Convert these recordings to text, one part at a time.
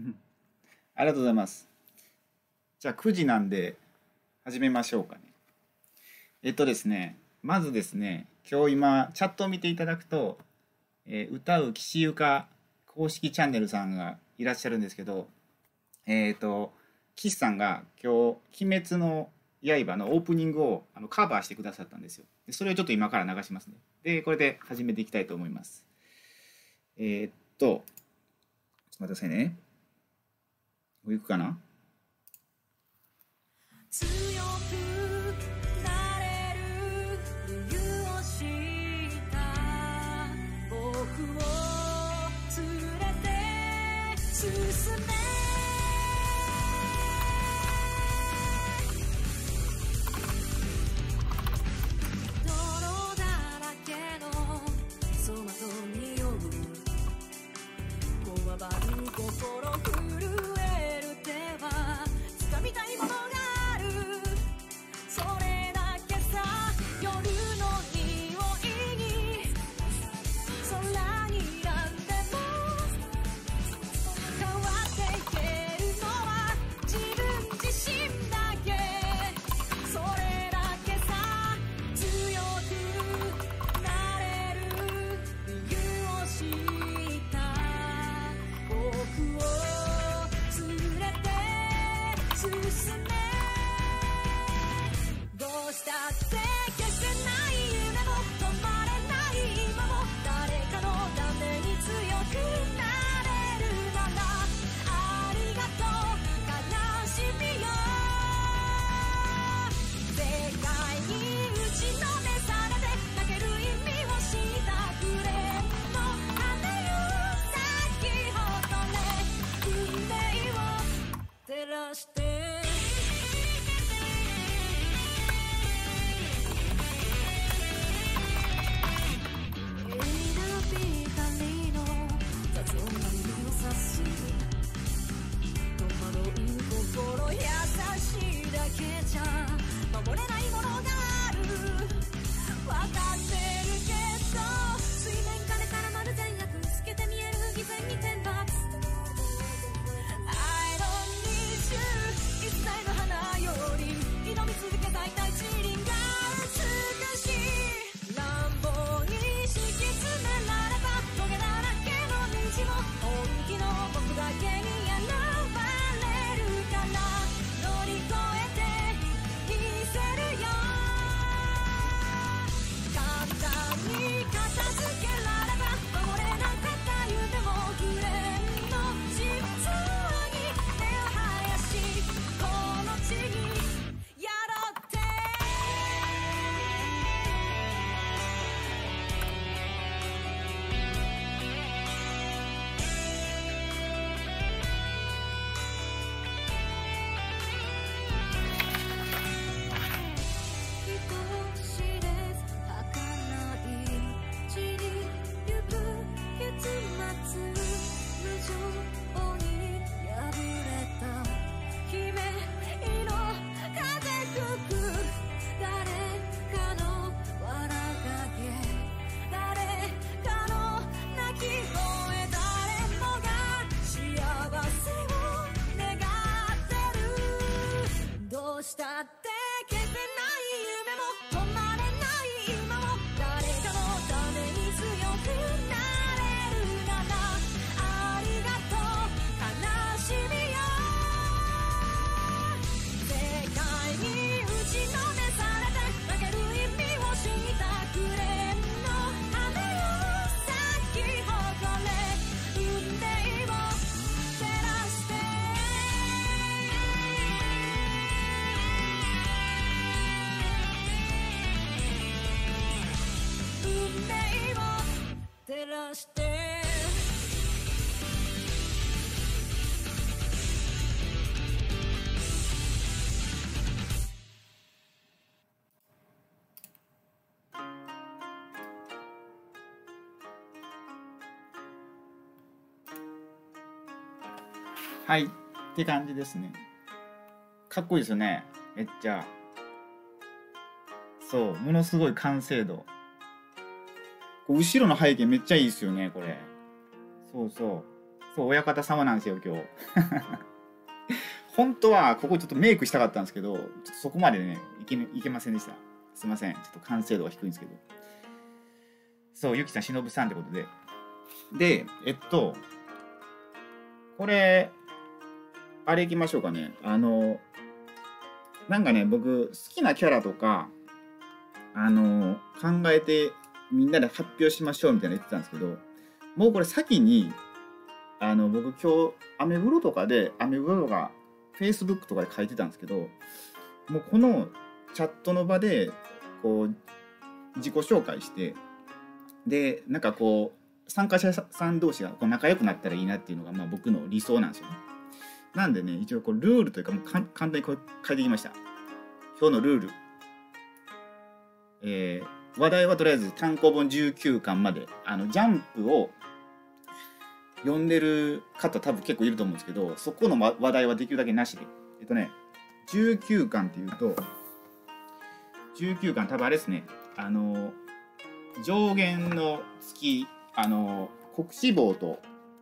ありがとうございます。じゃあ9時なんで始めましょうかね。ですね、まずですね、今日今チャットを見ていただくと、歌う岸優香公式チャンネルさんがいらっしゃるんですけど、岸さんが今日「鬼滅の刃」のオープニングをカバーしてくださったんですよ。でそれをちょっと今から流しますね。でこれで始めていきたいと思います。ちょっと待ってくださいね。いくかな。強くなれる理由を知った僕を連れて進め泥だらけのそまとにおるこわばる心震える手は掴みたいものがあるそれだけさ夜の匂いに空になんでも変わっていけるのは自分自身だけそれだけさ強くなれる理由を知った僕を連れて進めどうしたって消せない夢も止まれない今も誰かのために強くなれるならありがとう悲しみよ世界に打ちのめされて泣ける意味を知ったくれの羽よ咲き誇れ運命を照らして心優しいだけじゃ守れないものがあるわかってるけど水面下で絡まる善悪透けて見える偽善に天罰 I don't need you 一切の花より挑み続けたい大地輪が美しい乱暴に敷き詰められたトゲだらけの道も本気の僕だけに選ばれる乗り越えてみせるよ簡単に片付けられば守れなかった夢もグレーの実に根を生やしこの地にやろってしたって消せない夢も止まれない今も誰かのために強くなれるならありがとう悲しみよ世界に打ちのめされて泣ける意味を知ったくれの羽よ咲き誇れ運命を照らして照らしてはいって感じですね。かっこいいですよね。めっちゃそうものすごい完成度後ろの背景めっちゃいいですよねこれ。そうそうそう、親方様なんですよ、今日。本当はここちょっとメイクしたかったんですけど、ちょっとそこまでね、いけませんでした。すいません。ちょっと完成度が低いんですけど。そう、ゆきさん、しのぶさんってことで。で、これ、あれいきましょうかね。なんかね、僕、好きなキャラとか、考えてみんなで発表しましょうみたいな言ってたんですけど、もうこれ先に、僕今日、アメブロとか、Facebook とかで書いてたんですけど、もうこのチャットの場で、こう、自己紹介して、で、なんかこう、参加者さん同士がこう仲良くなったらいいなっていうのが、まあ僕の理想なんですよね。なんでね、一応こうルールというか、もう簡単にこう書いてきました。今日のルール。話題はとりあえず単行本19巻まで、ジャンプを読んでる方多分結構いると思うんですけど、そこの話題はできるだけなしで。19巻っていうと、19巻多分あれですね、上限の月、国志望と、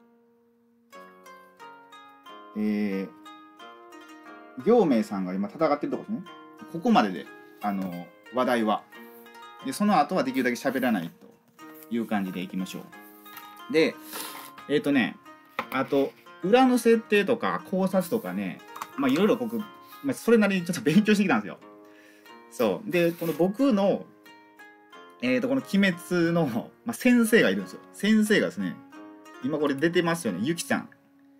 行明さんが今戦ってるとこですね。ここまでで、話題は。で、その後はできるだけ喋らないという感じでいきましょう。で、あと、裏の設定とか考察とかね、まあいろいろ僕、それなりにちょっと勉強してきたんですよ。そう。で、この僕の、この鬼滅の、先生がいるんですよ。先生がですね、今これ出てますよね、ゆきさん。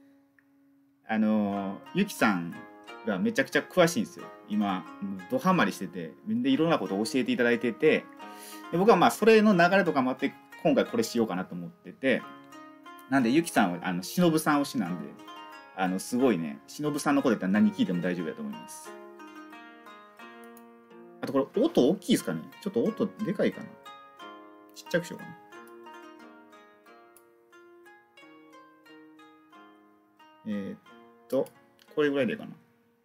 ゆきさんがめちゃくちゃ詳しいんですよ。今、ドハマりしてて、でいろんなことを教えていただいてて、で僕はまあそれの流れとかもあって、今回これしようかなと思ってて、なんでゆきさんはしのぶさん推しなんで、すごいね、しのぶさんのことだったら何聞いても大丈夫だと思います。あとこれ音大きいですかね？ちょっと音でかいかな？ちっちゃくしようかな。これぐらいでいいかな。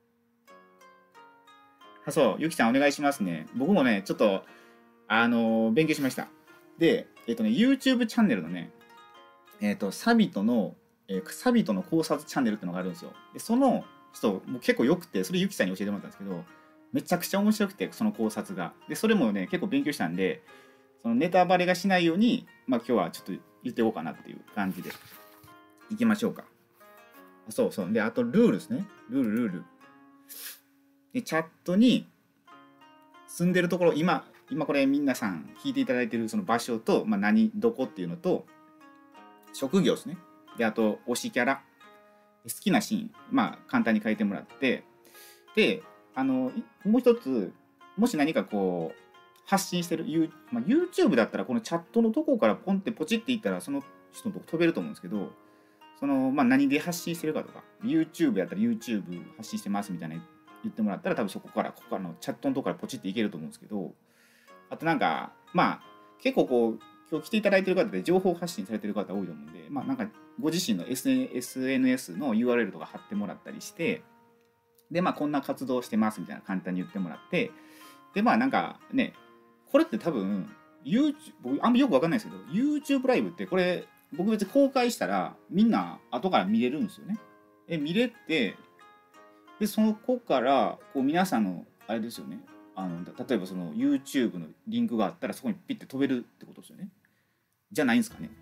あ、そう、ゆきさんお願いしますね。僕もね、ちょっと、勉強しました。で、YouTube チャンネルのね、サビトの考察チャンネルってのがあるんですよ。で、その人、もう結構良くて、それゆきさんに教えてもらったんですけど、めちゃくちゃ面白くて、その考察が。で、それもね、結構勉強したんで、そのネタバレがしないように、まあ今日はちょっと言っていこうかなっていう感じで、いきましょうか。そうそう。で、あとルールですね。ルール。で、チャットに住んでるところ、今これ皆さん聞いていただいてるその場所と、まあどこっていうのと、職業ですね。で、あと推しキャラ。好きなシーン、まあ簡単に書いてもらって、で、もう一つ、もし何かこう、発信してる、YouTube だったらこのチャットのとこからポンってポチっていったらその人のとこ飛べると思うんですけど、何で発信してるかとか、YouTube やったら YouTube 発信してますみたいな言ってもらったら多分ここからのチャットのとこからポチっていけると思うんですけど、あとなんか、結構こう、今日来ていただいてる方で情報発信されてる方多いと思うんで、なんかご自身の SNS の URL とか貼ってもらったりして、で、こんな活動してますみたいな簡単に言ってもらって、で、なんかね、これって多分、僕あんまよくわかんないですけど、YouTube ライブってこれ、僕別に公開したらみんな後から見れるんですよね。見れて、で、そこからこう皆さんの、あれですよね、例えばその YouTube のリンクがあったらそこにピッて飛べるってことですよね。じゃないんですかね。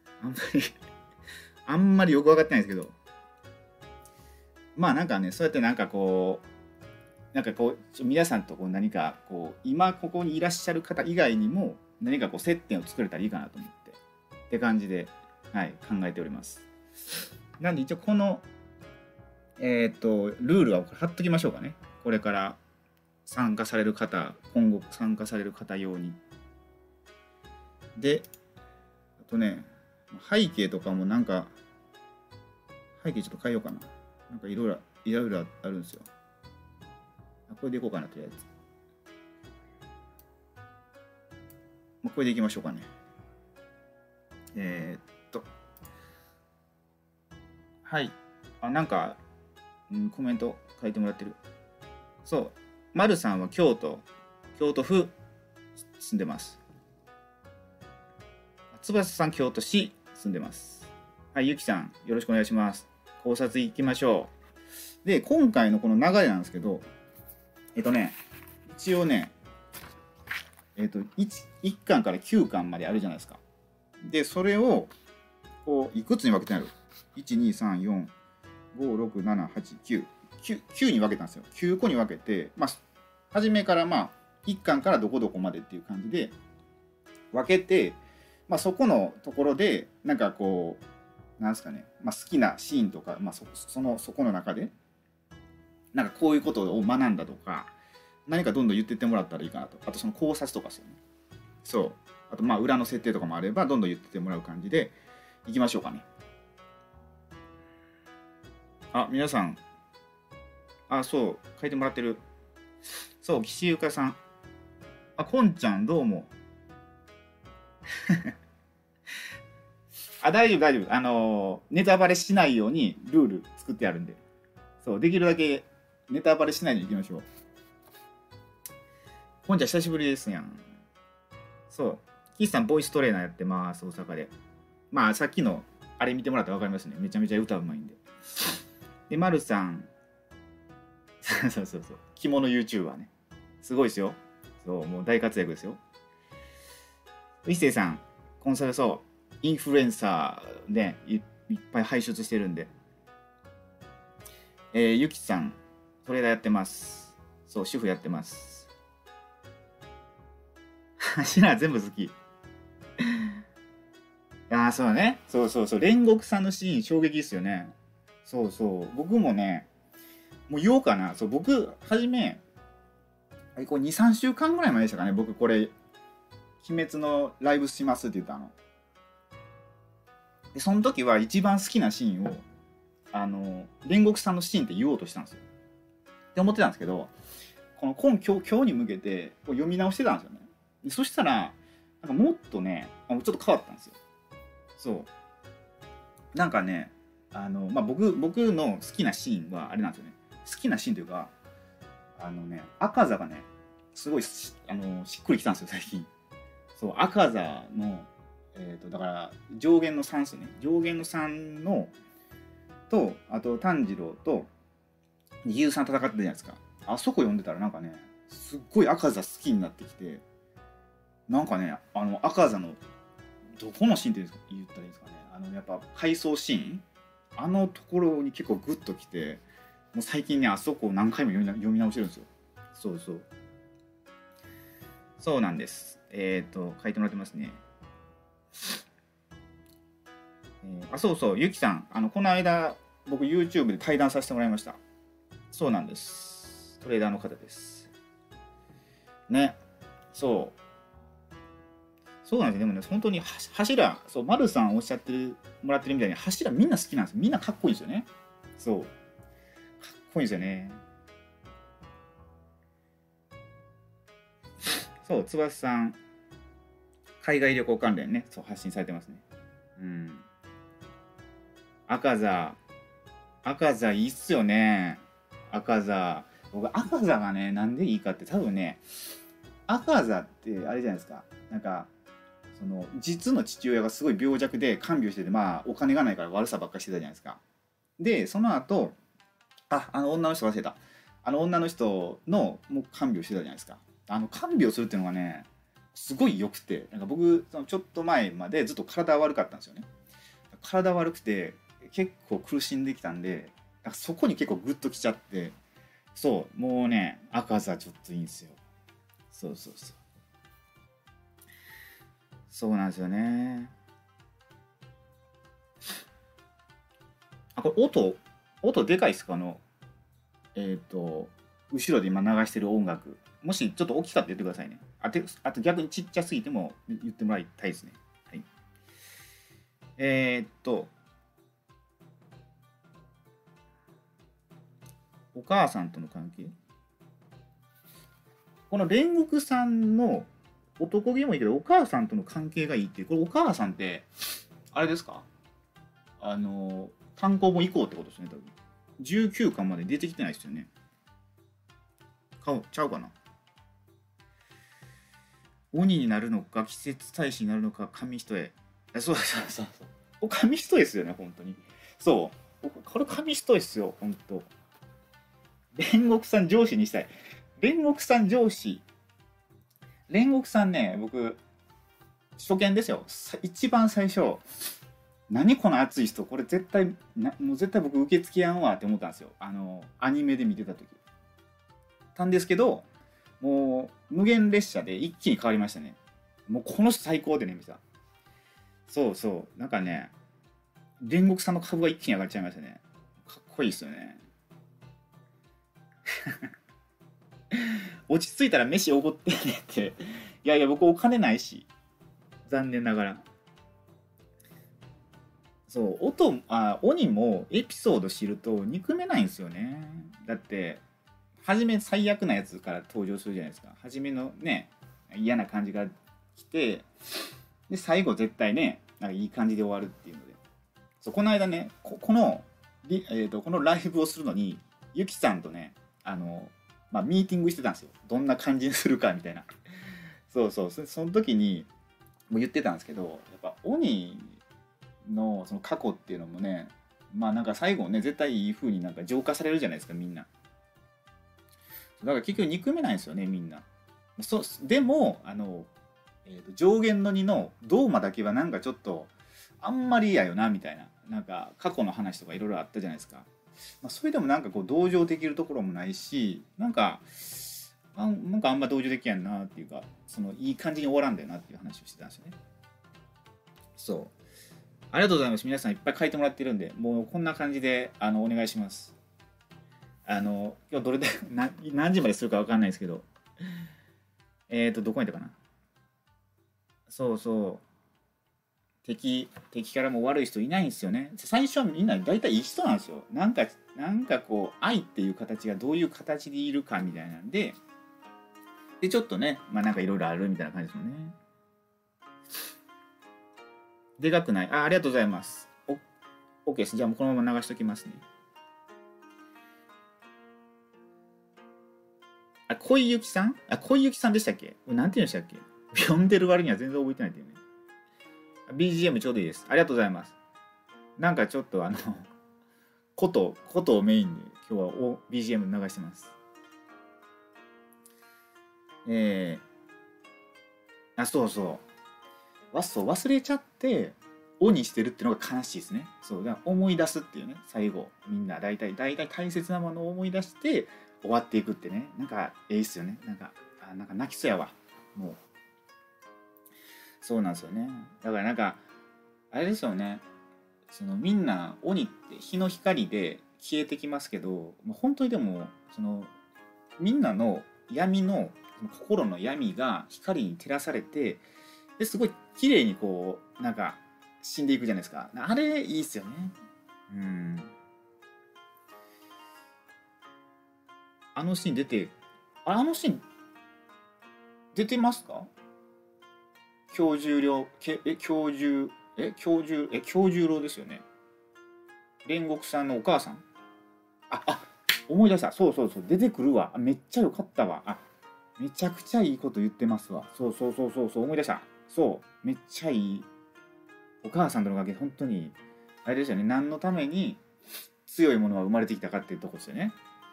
あんまりよく分かってないですけど。なんかね、そうやってなんかこう皆さんとこう何かこう今ここにいらっしゃる方以外にも何かこう接点を作れたらいいかなと思って感じで、はい、考えております。なんで一応このルールは貼っときましょうかね。これから参加される方、今後参加される方用に。で、あとね、背景とかもなんか背景ちょっと変えようかな。なんかいろいろあるんですよ。これでいこうかな、とりあえず。これでいきましょうかね。はい。なんか、コメント書いてもらってる。そう。まるさんは京都府住んでます。翼さん京都市住んでます。 はい、ゆきさん、よろしくお願いします。考察いきましょう。で、今回のこの流れなんですけど、一応ね、1巻から9巻まであるじゃないですか。で、それを、こう、いくつに分けてある ?1、2、3、4、5、6、7、8、9に分けたんですよ。9個に分けて、まあ、初めからまあ、1巻からどこどこまでっていう感じで分けて、まあ、そこのところで、なんかこう、なんですかね、まあ、好きなシーンとか、まあ、そこの中で、なんかこういうことを学んだとか、何かどんどん言ってってもらったらいいかなと。あとその考察とかですよね。そう。あとまあ裏の設定とかもあれば、どんどん言ってってもらう感じでいきましょうかね。あ、皆さん。あ、そう。書いてもらってる。そう、岸ゆかさん。あ、こんちゃん、どうも。あ、大丈夫、大丈夫。ネタバレしないようにルール作ってあるんで。そう、できるだけネタバレしないようにいきましょう。こんちゃん、久しぶりですやん。そう。岸さん、ボイストレーナーやってます、大阪で。まあ、さっきの、あれ見てもらったら分かりますね。めちゃめちゃ歌うまいんで。で、まるさん。そうそうそう。着物 YouTuber ね。すごいですよ。そう、もう大活躍ですよ。一星さん、コンサルそう。インフルエンサーね、いっぱい輩出してるんで。ゆきさん、トレーダーやってます。そう、主婦やってます。柱全部好き。ああ、そうね。そうそうそう。煉獄さんのシーン、衝撃ですよね。そうそう。僕もね、もう言おうかな。そう、僕、はじめ、こう2、3週間ぐらい前でしたかね。僕、これ、鬼滅のライブしますって言ったの。で、その時は一番好きなシーンを、煉獄さんのシーンって言おうとしたんですよ。って思ってたんですけど、この今日に向けてこう読み直してたんですよね。でそしたら、なんかもっとね、ちょっと変わったんですよ。そう。なんかね、まあ、僕の好きなシーンはあれなんですよね。好きなシーンというか、赤座がね、すごいしっくりきたんですよ、最近。そう、赤座の、だから、上限の3ですね。上限の3の、と、あと、炭治郎と、義勇さん戦ってたじゃないですか。あそこ読んでたらなんかね、すっごい赤座好きになってきて、なんかね、赤座の、どこのシーンって言ったらいいんですかね。やっぱ、回想シーンあのところに結構グッときて、もう最近ね、あそこを何回も読み直してるんですよ。そうそう。そうなんです。書いてもらってますね。あ、そうそう、ゆきさん、この間、僕 YouTube で対談させてもらいました。そうなんです。トレーダーの方です。ね。そう。そうなんです。でもね、本当に柱、そう、丸さんおっしゃってもらってるみたいに、柱みんな好きなんですよ。みんなかっこいいですよね。そう。かっこいいですよね。そう、翼さん、海外旅行関連ね、そう、発信されてますね。うん。赤座、赤座いいっすよね。赤座。僕、赤座がね、なんでいいかって、多分ね、赤座ってあれじゃないですか。なんか、その実の父親がすごい病弱で看病してて、まあお金がないから悪さばっかりしてたじゃないですか。でその後、女の人忘れた。女の人のもう看病してたじゃないですか。看病するっていうのがね、すごい良くて、なんか僕そのちょっと前までずっと体悪かったんですよね。体悪くて結構苦しんできたんで、なんかそこに結構グッときちゃって、そうもうね、赤座ちょっといいんですよ。そうそうそう。そうなんですよね。あ、これ音でかいっすか？後ろで今流してる音楽。もしちょっと大きかったら言ってくださいね。あと逆にちっちゃすぎても言ってもらいたいですね。はい。お母さんとの関係。この煉獄さんの男気もいいけど、お母さんとの関係がいいっていう、これお母さんって、あれですか？単行本以降ってことですね、多分。19巻まで出てきてないですよね。ちゃうかな。鬼になるのか、季節大使になるのか、紙一重。そうそうそうそう。 紙一重ですよね、本当に。そう。これ紙一重ですよ、本当。煉獄さん上司にしたい。煉獄さん上司。煉獄さんね、僕、初見ですよ。一番最初、何この熱い人、これ絶対、もう絶対僕受け付けやんわって思ったんですよ。アニメで見てた時。たんですけど、もう無限列車で一気に変わりましたね。もうこの人最高でね、みたいな。そうそう。なんかね、煉獄さんの株が一気に上がっちゃいましたね。かっこいいですよね。落ち着いたら飯おごってねって。いやいや、僕お金ないし。残念ながら。そう、鬼もエピソード知ると憎めないんですよね。だって、初め最悪なやつから登場するじゃないですか。初めのね、嫌な感じが来て、で、最後絶対ね、なんかいい感じで終わるっていうので。そう、この間ね、このライブをするのに、ゆきさんとね、ミーティングしてたんですよ。どんな感じにするかみたいな。そうそう、その時にも言ってたんですけど、やっぱ鬼のその過去っていうのもね、なんか最後ね、絶対いい風になんか浄化されるじゃないですか、みんな。だから結局憎めないんですよね、みんな。でも上限の2のドーマだけはなんかちょっとあんまりやよなみたいな、なんか過去の話とかいろいろあったじゃないですか。それでもなんかこう同情できるところもないし、なんかあんま同情できやんなっていうか、そのいい感じに終わらんだよなっていう話をしてたんですよね。そう。ありがとうございます。皆さんいっぱい書いてもらってるんで、もうこんな感じでお願いします。今日どれで何時までするかわかんないですけど、どこにいたかな。そうそう。敵からも悪い人いないんですよね。最初はみんな大体いい人なんですよ。なんかこう愛っていう形がどういう形でいるかみたいなんで、ちょっとね、なんかいろいろあるみたいな感じですもんね。でかくない。ありがとうございます。OK です。じゃあもうこのまま流しときますね。小井ゆきさん小井ゆきさんでしたっけ？なんて言うんでしたっけ？読んでる割には全然覚えてないっていうね。BGM ちょうどいいです。ありがとうございます。なんかちょっとことをメインに今日はBGM 流してます。そうそう。忘れちゃって、にしてるっていうのが悲しいですね。そう、だから思い出すっていうね、最後、みんな大体大切なものを思い出して終わっていくってね、なんかいいっすよね。なんか泣きそうやわ。もう。そうなんですよね。だからなんか、あれですよね。そのみんな鬼って日の光で消えてきますけど、本当にでもみんなの闇の心の闇が光に照らされて、ですごい綺麗にこうなんか死んでいくじゃないですか。あれいいっすよね。あのシーン出てますか？京十郎ですよね。煉獄さんのお母さん。思い出した。そう出てくるわ。めっちゃ良かったわ。めちゃくちゃいいこと言ってますわ。そう思い出した。そうめっちゃいい。お母さんとの関係本当にあれですよね。何のために強いものは生まれてきたかっていうとこですよね。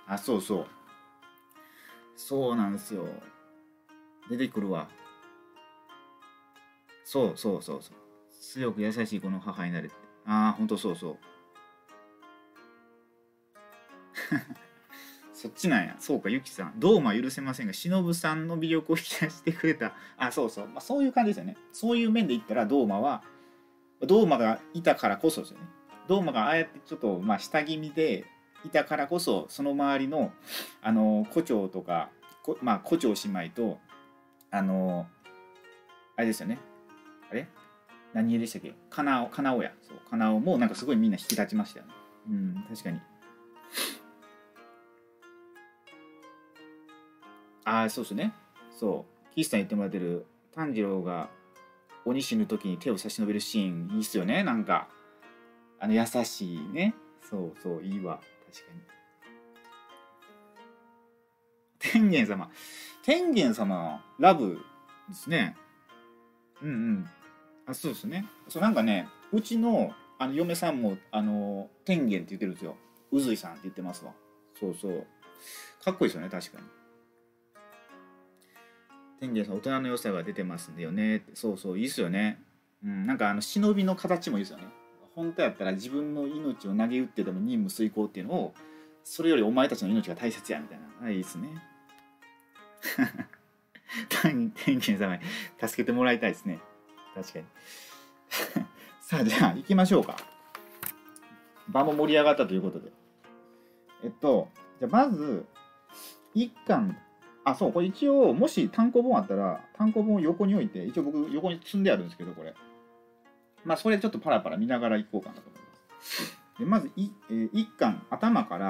そうなんですよ。出てくるわ。そう強く優しいこの母になれって。ほんとそうそっちなんや。そうか、ゆきさん。ドーマ許せませんが、忍さんの魅力を引き出してくれた。そういう感じですよね。そういう面で言ったら、ドーマがいたからこそですよね。ドーマがああやってちょっと、下気味でいたからこそ、その周りの、胡蝶とか、胡蝶姉妹と、あれですよね。あれ何でしたっけ？かなおや。そう、かなおもなんかすごいみんな引き立ちましたよね。確かに。そうですね。そう。岸さん言ってもらってる炭治郎が鬼死ぬ時に手を差し伸べるシーンいいっすよね。なんか優しいね。そういいわ。確かに。天元様ラブですね。そうですね。なんかね、 うちの嫁さんも天元って言ってるんですよ。うずいさんって言ってますわ。そうそう。かっこいいですよね、確かに。天元さん、大人の良さが出てますんだよねって。そうそう、いいっすよね。うん、なんか忍びの形もいいですよね。本当やったら自分の命を投げ打ってでも任務遂行っていうのを、それよりお前たちの命が大切やみたいな。いいですね。天元様に助けてもらいたいですね。確かに。さあ、じゃあ行きましょうか。場も盛り上がったということで。じゃあまず、一巻、そう、これ一応、もし単行本あったら、単行本を横に置いて、一応僕、横に積んであるんですけど、これ。まあ、それちょっとパラパラ見ながら行こうかなと思います。でまず一巻、頭から、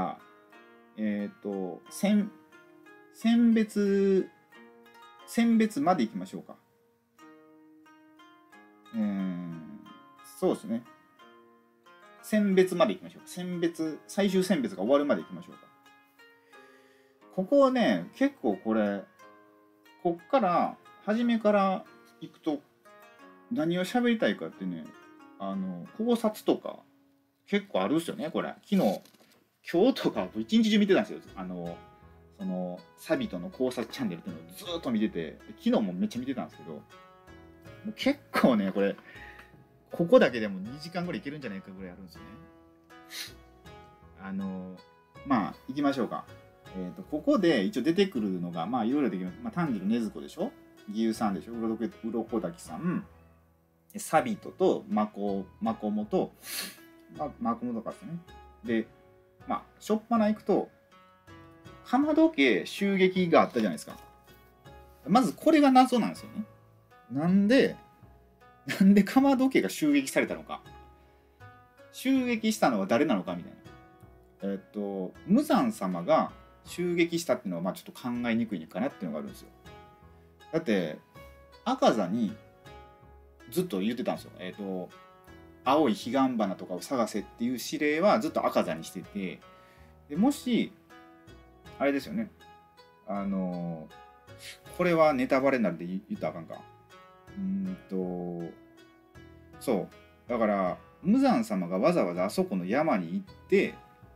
選別まで行きましょうか。そうですね。選別まで行きましょう。最終選別が終わるまで行きましょうか。ここはね、結構これ、こっから、初めから行くと、何を喋りたいかってね、考察とか、結構あるっすよね、これ。今日とか、一日中見てたんですよ。その、サビとの考察チャンネルっていうのをずっと見てて、昨日もめっちゃ見てたんですけど、もう結構ね、これ、ここだけでも2時間ぐらいいけるんじゃないかぐらいあるんですよね。まあ、行きましょうか。ここで一応出てくるのが、まあ、いろいろできます。まあ、炭治郎禰豆子でしょ、義勇さんでしょ、鱗滝さん、サビトとマコモと、マコモとかですね。で、まあ、しょっぱな行くと、かまど家襲撃があったじゃないですか。まずこれが謎なんですよね。なんでかまど家が襲撃されたのか。襲撃したのは誰なのかみたいな。無惨様が襲撃したっていうのはまあちょっと考えにくいかなっていうのがあるんですよ。だって赤座にずっと言ってたんですよ。青い彼岸花とかを探せっていう指令はずっと赤座にしてて、でもしあれですよね、これはネタバレになるって言ったらあかんか。そうだから無惨様がわざわざあそこの山に行って、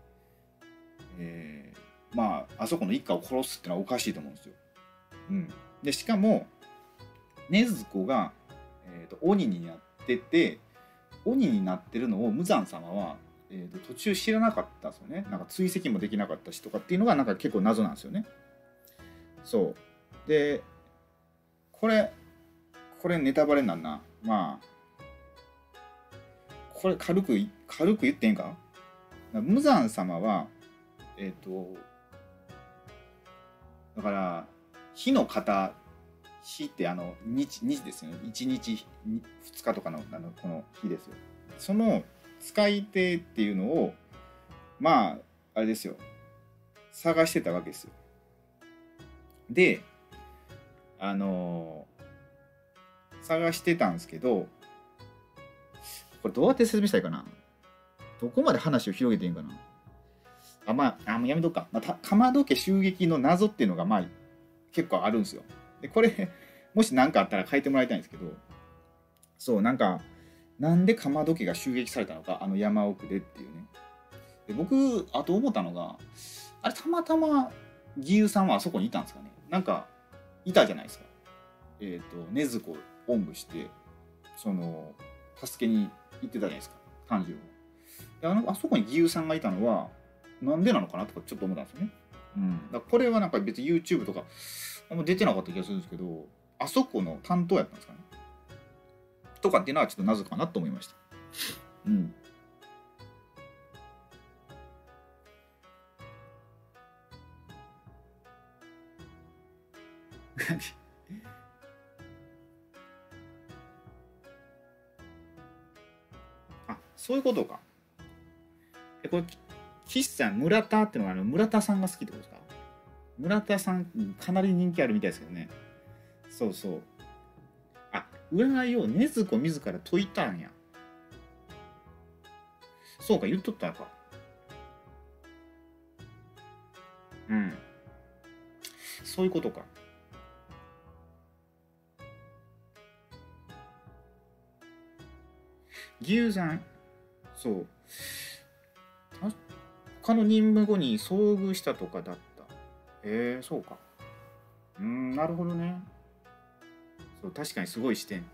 まああそこの一家を殺すってのはおかしいと思うんですよ。でしかも禰豆子が、鬼になってて、鬼になってるのを無惨様は、途中知らなかったんですよね。なんか追跡もできなかったしとかっていうのがなんか結構謎なんですよね。そうでこれネタバレになんな。まあこれ軽く言ってんか。無惨様はだから火の型、火って日ですよね。1日2日とかのこの日ですよ。その使い手っていうのをまああれですよ、探してたわけですよ。で探してたんですけど、これどうやって説明したらいいかな。どこまで話を広げていいんかな。もうやめとくか。かまど家襲撃の謎っていうのがまあ結構あるんですよ。でこれもし何かあったら書いてもらいたいんですけど、そうなんでかまど家が襲撃されたのか、山奥でっていうね。で僕あと思ったのが、あれたまたま義勇さんはあそこにいたんですかね。なんかいたじゃないですか。禰豆子をおんぶしてその助けに行ってたじゃないですか、炭治郎を。あそこに義勇さんがいたのはなんでなのかなとかちょっと思ったんですよね。だからこれはなんか別に YouTube とかあんま出てなかった気がするんですけど、あそこの担当やったんですかねとかっていうのはちょっと謎かなと思いました。そういうことか。これ岸さん、村田っていうのは村田さんが好きってことですか。村田さんかなり人気あるみたいですけどね。そうそう。占いを禰豆子自ら解いたんや。そうか、言っとったのか。そういうことか。 牛さん、そう。他の任務後に遭遇したとかだった。そうか。なるほどね。そう、確かにすごい視点。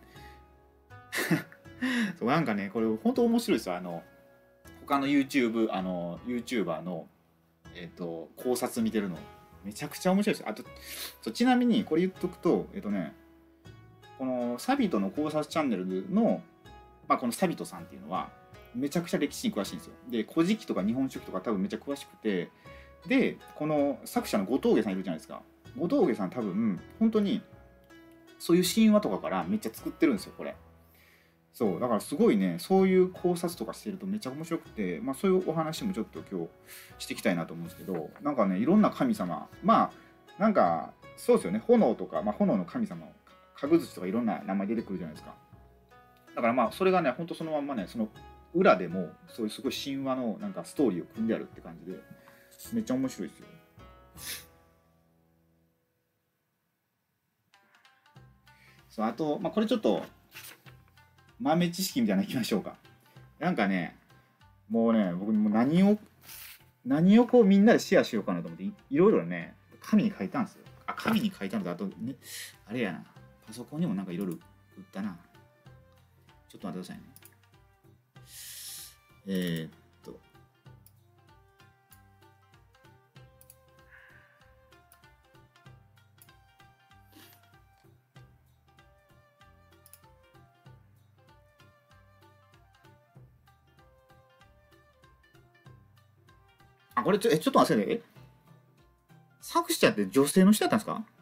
そう、なんかね、これ本当面白いですよ。他の YouTuber の、考察見てるの。めちゃくちゃ面白いですよ。あと、ちなみにこれ言っとくと、このサビトの考察チャンネルの、このサビトさんっていうのは、めちゃくちゃ歴史に詳しいんですよ。で、古事記とか日本書紀とか多分めっちゃ詳しくて、で、この作者の後藤家さんいるじゃないですか。後藤家さん多分、本当に、そういう神話とかからめっちゃ作ってるんですよ、これ。そう、だからすごいね、そういう考察とかしてるとめっちゃ面白くて、そういうお話もちょっと今日していきたいなと思うんですけど、なんかね、いろんな神様、なんか、そうですよね、炎とか、炎の神様、神槌とかいろんな名前出てくるじゃないですか。だからそれがね、ほんとそのまんまね、その裏でも、そういうすごい神話のなんかストーリーを組んであるって感じで、めっちゃ面白いですよ。そう、あと、これちょっと、豆知識みたいなのいきましょうか。なんかね、もうね、僕も何をこうみんなでシェアしようかなと思って、いろいろね、紙に書いたんですよ。紙に書いたのと、あとね、あれやな、パソコンにもなんかいろいろ売ったな。ちょっと待ってくださいね。これちょっと待ってくださいね。作者って女性の人だったんですか？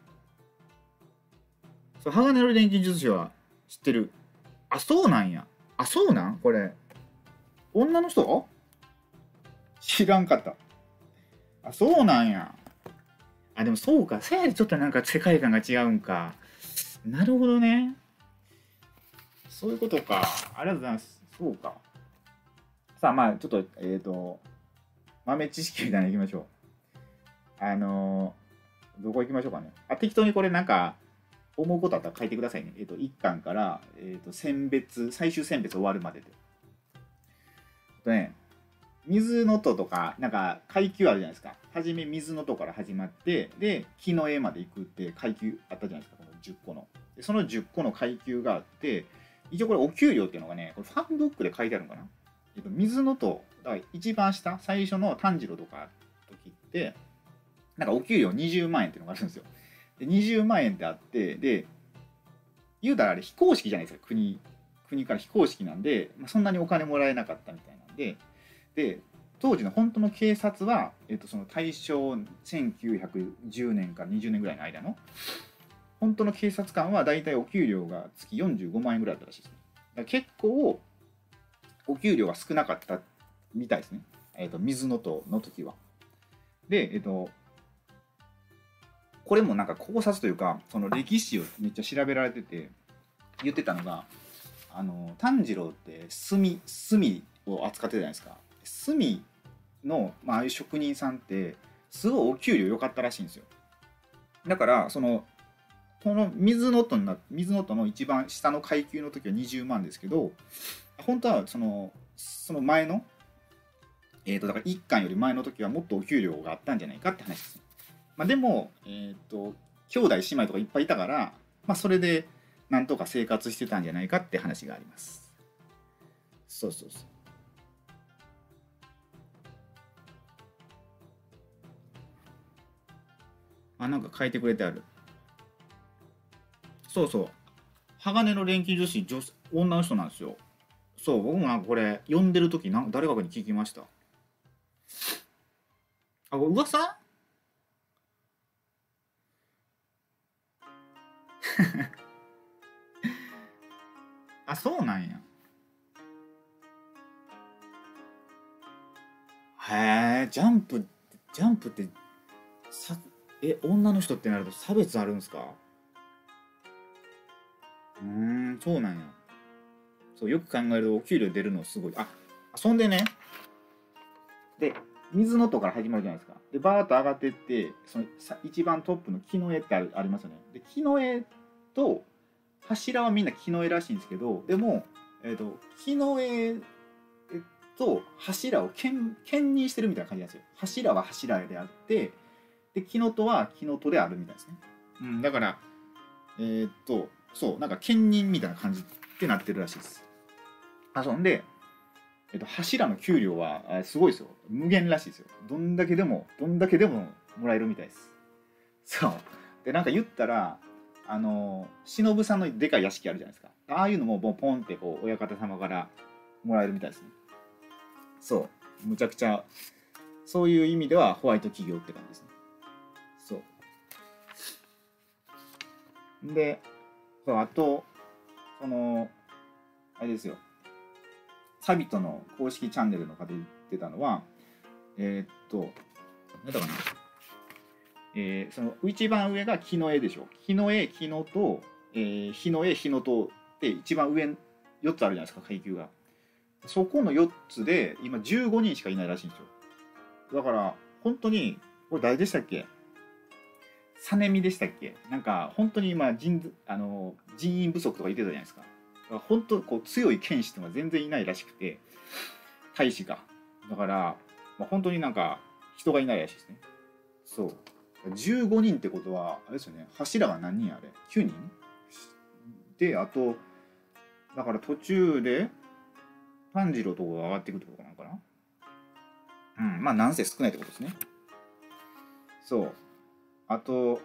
そう、鋼の錬金術師は知ってる。そうなんや。そうなんこれ。女の人？知らんかった。そうなんや。でもそうか。せやでちょっとなんか世界観が違うんか。なるほどね。そういうことか。ありがとうございます。そうか。さあ、ちょっと、豆知識みたいなのいきましょう。どこ行きましょうかね。適当にこれなんか、思うことあったら書いてくださいね。1巻から、最終選別終わるまでで。水の音とか、なんか階級あるじゃないですか。はじめ水の音から始まって、で、木の絵まで行くって階級あったじゃないですか。この10個の。でその10個の階級があって、一応これお給料っていうのがね、これファンブックで書いてあるのかな。水の音、だから一番下、最初の炭治郎とか時って、なんかお給料20万円っていうのがあるんですよ。で20万円ってあって、で、言うたらあれ非公式じゃないですか。国から非公式なんで、そんなにお金もらえなかったみたいなんで、当時の本当の警察は、その大正1910年から20年ぐらいの間の本当の警察官はだいたいお給料が月45万円ぐらいだったらしいですね。だから結構お給料が少なかったみたいですね。水の音の時は。で、これもなんか考察というか、その歴史をめっちゃ調べられてて、言ってたのが、炭治郎って炭を扱ってたじゃないですか。炭の、ああいう職人さんってすごいお給料良かったらしいんですよ。だからこの水の音の一番下の階級の時は20万ですけど、本当はその前のだから1巻より前の時はもっとお給料があったんじゃないかって話です。でも兄弟姉妹とかいっぱいいたから、それでなんとか生活してたんじゃないかって話があります。そうそうそう。なんか書いてくれてある。そうそう。鋼の錬金術師、女の人なんですよ。そう、僕もなんかこれ読んでる時誰かに聞きました。噂そうなんや。へえ、ジャンプって女の人ってなると差別あるんですか？そうなんや。そう、よく考えるとお給料出るのすごい。そんでね、で、水の音から始まるじゃないですか。で、バーッと上がっていって、その一番トップの木の絵ってありますよね。で、木の絵と柱はみんな木の絵らしいんですけど、でも、 木の絵と柱を兼任してるみたいな感じなんですよ。柱は柱であって、で木の戸は木の戸であるみたいですね。うん、だからそうなんか兼任みたいな感じってなってるらしいです。そんで、柱の給料はすごいですよ。無限らしいですよ。どんだけでももらえるみたいです。そうで、なんか言ったら忍さんのでかい屋敷あるじゃないですか。ああいうのももうポンってこう親方様からもらえるみたいですね。そうむちゃくちゃそういう意味ではホワイト企業って感じですね。そうで、あとあれですよ、サビトの公式チャンネルの方で言ってたのは何だかな、その一番上が木の絵でしょ。木の絵、木のと、日の絵、日のとって一番上4つあるじゃないですか、階級が。そこの4つで今15人しかいないらしいんですよ。だから本当に、これ誰でしたっけ、サネミでしたっけ、なんか本当に今人員不足とか言ってたじゃないですか。だから本当こう強い剣士とか全然いないらしくて、大使がだから、本当になんか人がいないらしいですね。そう15人ってことはあれですよね、柱が何人あれ9人で、あとだから途中で炭治郎とかが上がっていくってことなのかな。まあなんせ少ないってことですね。そうあと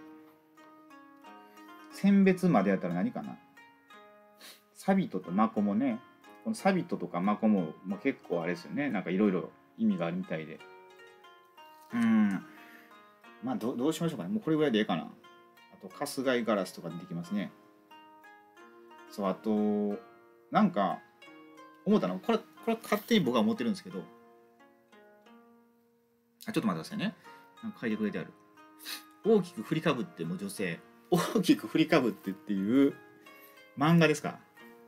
選別までやったら何かな、サビトとマコモね。このサビトとかマコモも結構あれですよね、なんかいろいろ意味があるみたいで、まあどうしましょうかね。もうこれぐらいでいいかな。あと春日井ガラスとか出てきますね。そうあとなんか思ったの、これ勝手に僕は思ってるんですけど、ちょっと待ってくださいね。なんか書いてくれてある。大きく振りかぶっても女性、大きく振りかぶってっていう漫画ですか。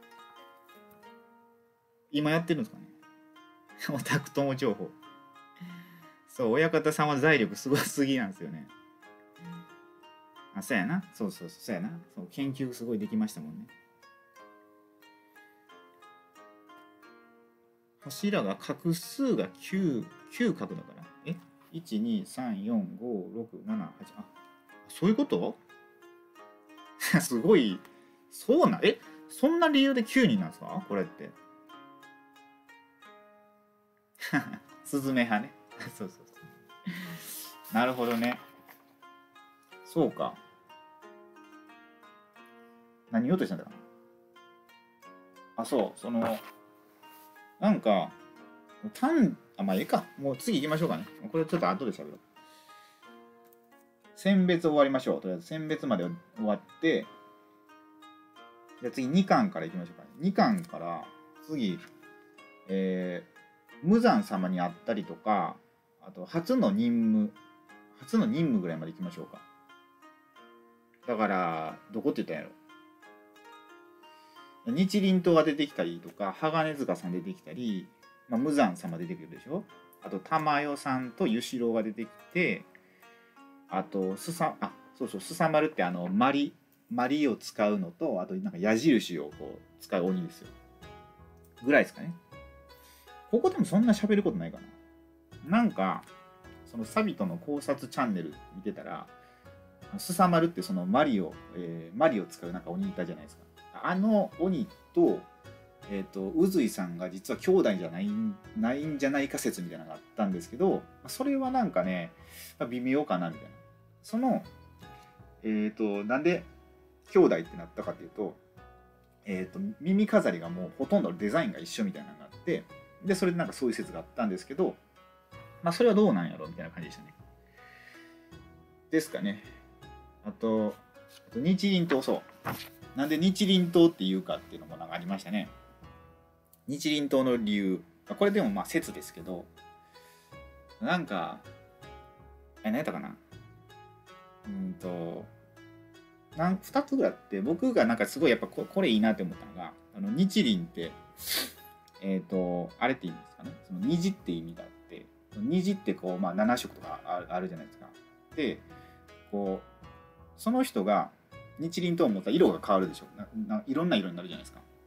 今やってるんですかね。オタク友情報。そう親方さんは財力すごすぎなんですよね。そうやな。そうやな。そう研究すごいできましたもんね。柱が画数が9画だから。1、2、3、4、5、6、7、8。そういうことすごい。そうな、そんな理由で9人なんですかこれって。スズメ派ね。そうなるほどね。そうか。何言おうとしたんだかな。なんかまあいいか。もう次行きましょうかね。これちょっと後で喋ろう。選別終わりましょう。とりあえず選別まで終わって、じゃあ次2巻から行きましょうかね。2巻から次、無惨様に会ったりとか、あと初の任務ぐらいまで行きましょうか。だからどこって言ったんやろ。日輪刀が出てきたりとか、鋼塚さん出てきたり、無惨様出てくるでしょ。あと玉代さんと湯四郎が出てきて、あとすさまるってマリを使うのと、あとなんか矢印をこう使う鬼ですよぐらいですかね。ここでもそんな喋ることないかな。なんかそのサビトの考察チャンネル見てたら、すさまるってそのマリを使うなんか鬼いたじゃないですか。鬼と宇髄さんが実は兄弟じゃないんじゃないか説みたいなのがあったんですけど、それはなんかね微妙かなみたいな。そのなんで兄弟ってなったかっていうと、耳飾りがもうほとんどデザインが一緒みたいなのがあって、でそれでなんかそういう説があったんですけど、それはどうなんやろみたいな感じでしたね。ですかね。あと日輪刀、そうなんで日輪刀っていうかっていうのもなんかありましたね。日輪刀の理由、これでも説ですけど、なんか何やったかな、2つぐらいあって、僕がなんかすごいやっぱこれいいなって思ったのが、日輪ってあれって意味ですかね、その虹って意味があって、虹ってこう7色とかあるじゃないですか。でこうその人が日輪刀を持ったら色が変わるでしょ。いろんな色になるじゃないですか。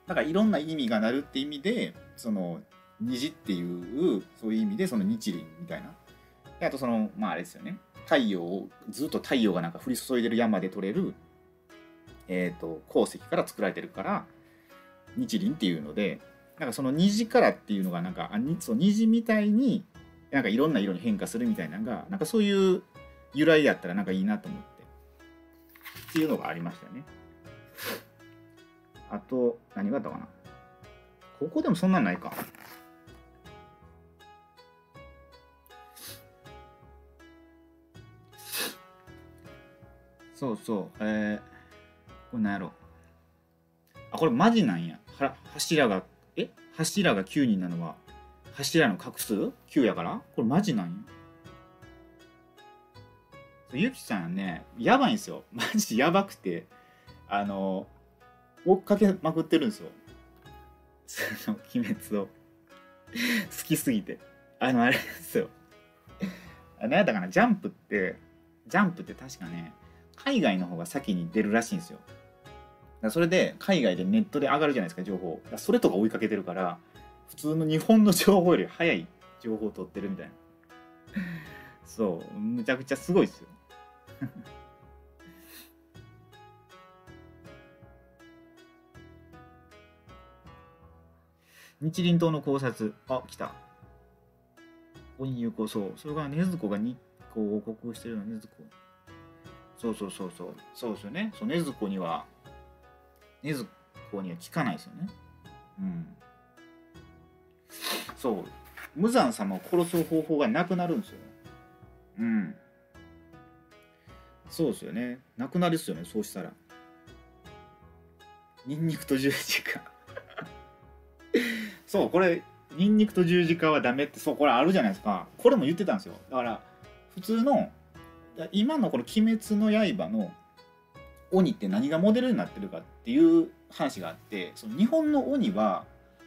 だからいろんな意味がなるって意味でその虹っていうそういう意味でその日輪みたいな。であとそのまああれですよね、太陽をずっと太陽がなんか降り注いでる山で取れる鉱石から作られてるから日輪っていうので、なんかその虹からっていうのがなんかその虹みたいになんかいろんな色に変化するみたいなのがなんかそういう由来やったらなんかいいなと思ってっていうのがありましたよね。あと何があったかな。ここでもそんなんないか。そうそう、これ何やろ。あ、これマジなんや。柱が9人なのは柱の画数9やから、これマジなんや。ゆきさんね、やばいんですよ。マジやばくて、追っかけまくってるんですよ。その鬼滅を好きすぎて。あれですよ。何やったかな、ジャンプって確かね、海外の方が先に出るらしいんですよ。だからそれで海外でネットで上がるじゃないですか、情報。それとか追いかけてるから、普通の日本の情報より早い情報を取ってるみたいな。そう、むちゃくちゃすごいですよ。日輪刀の考察。あ、来た。鬼有効、そう。それが禰豆子が日光を克服してるのは禰豆子。そうですよね。そう、禰豆子には効かないですよね。うん。そう。無惨様を殺す方法がなくなるんですよ。うん。そうですよね。なくなるっすよね、そうしたら。ニンニクと十字架。そう、これ、ニンニクと十字架はダメって、そう、これあるじゃないですか。これも言ってたんですよ。だから、普通の、今のこの鬼滅の刃の鬼って何がモデルになってるかっていう話があって、その日本の鬼が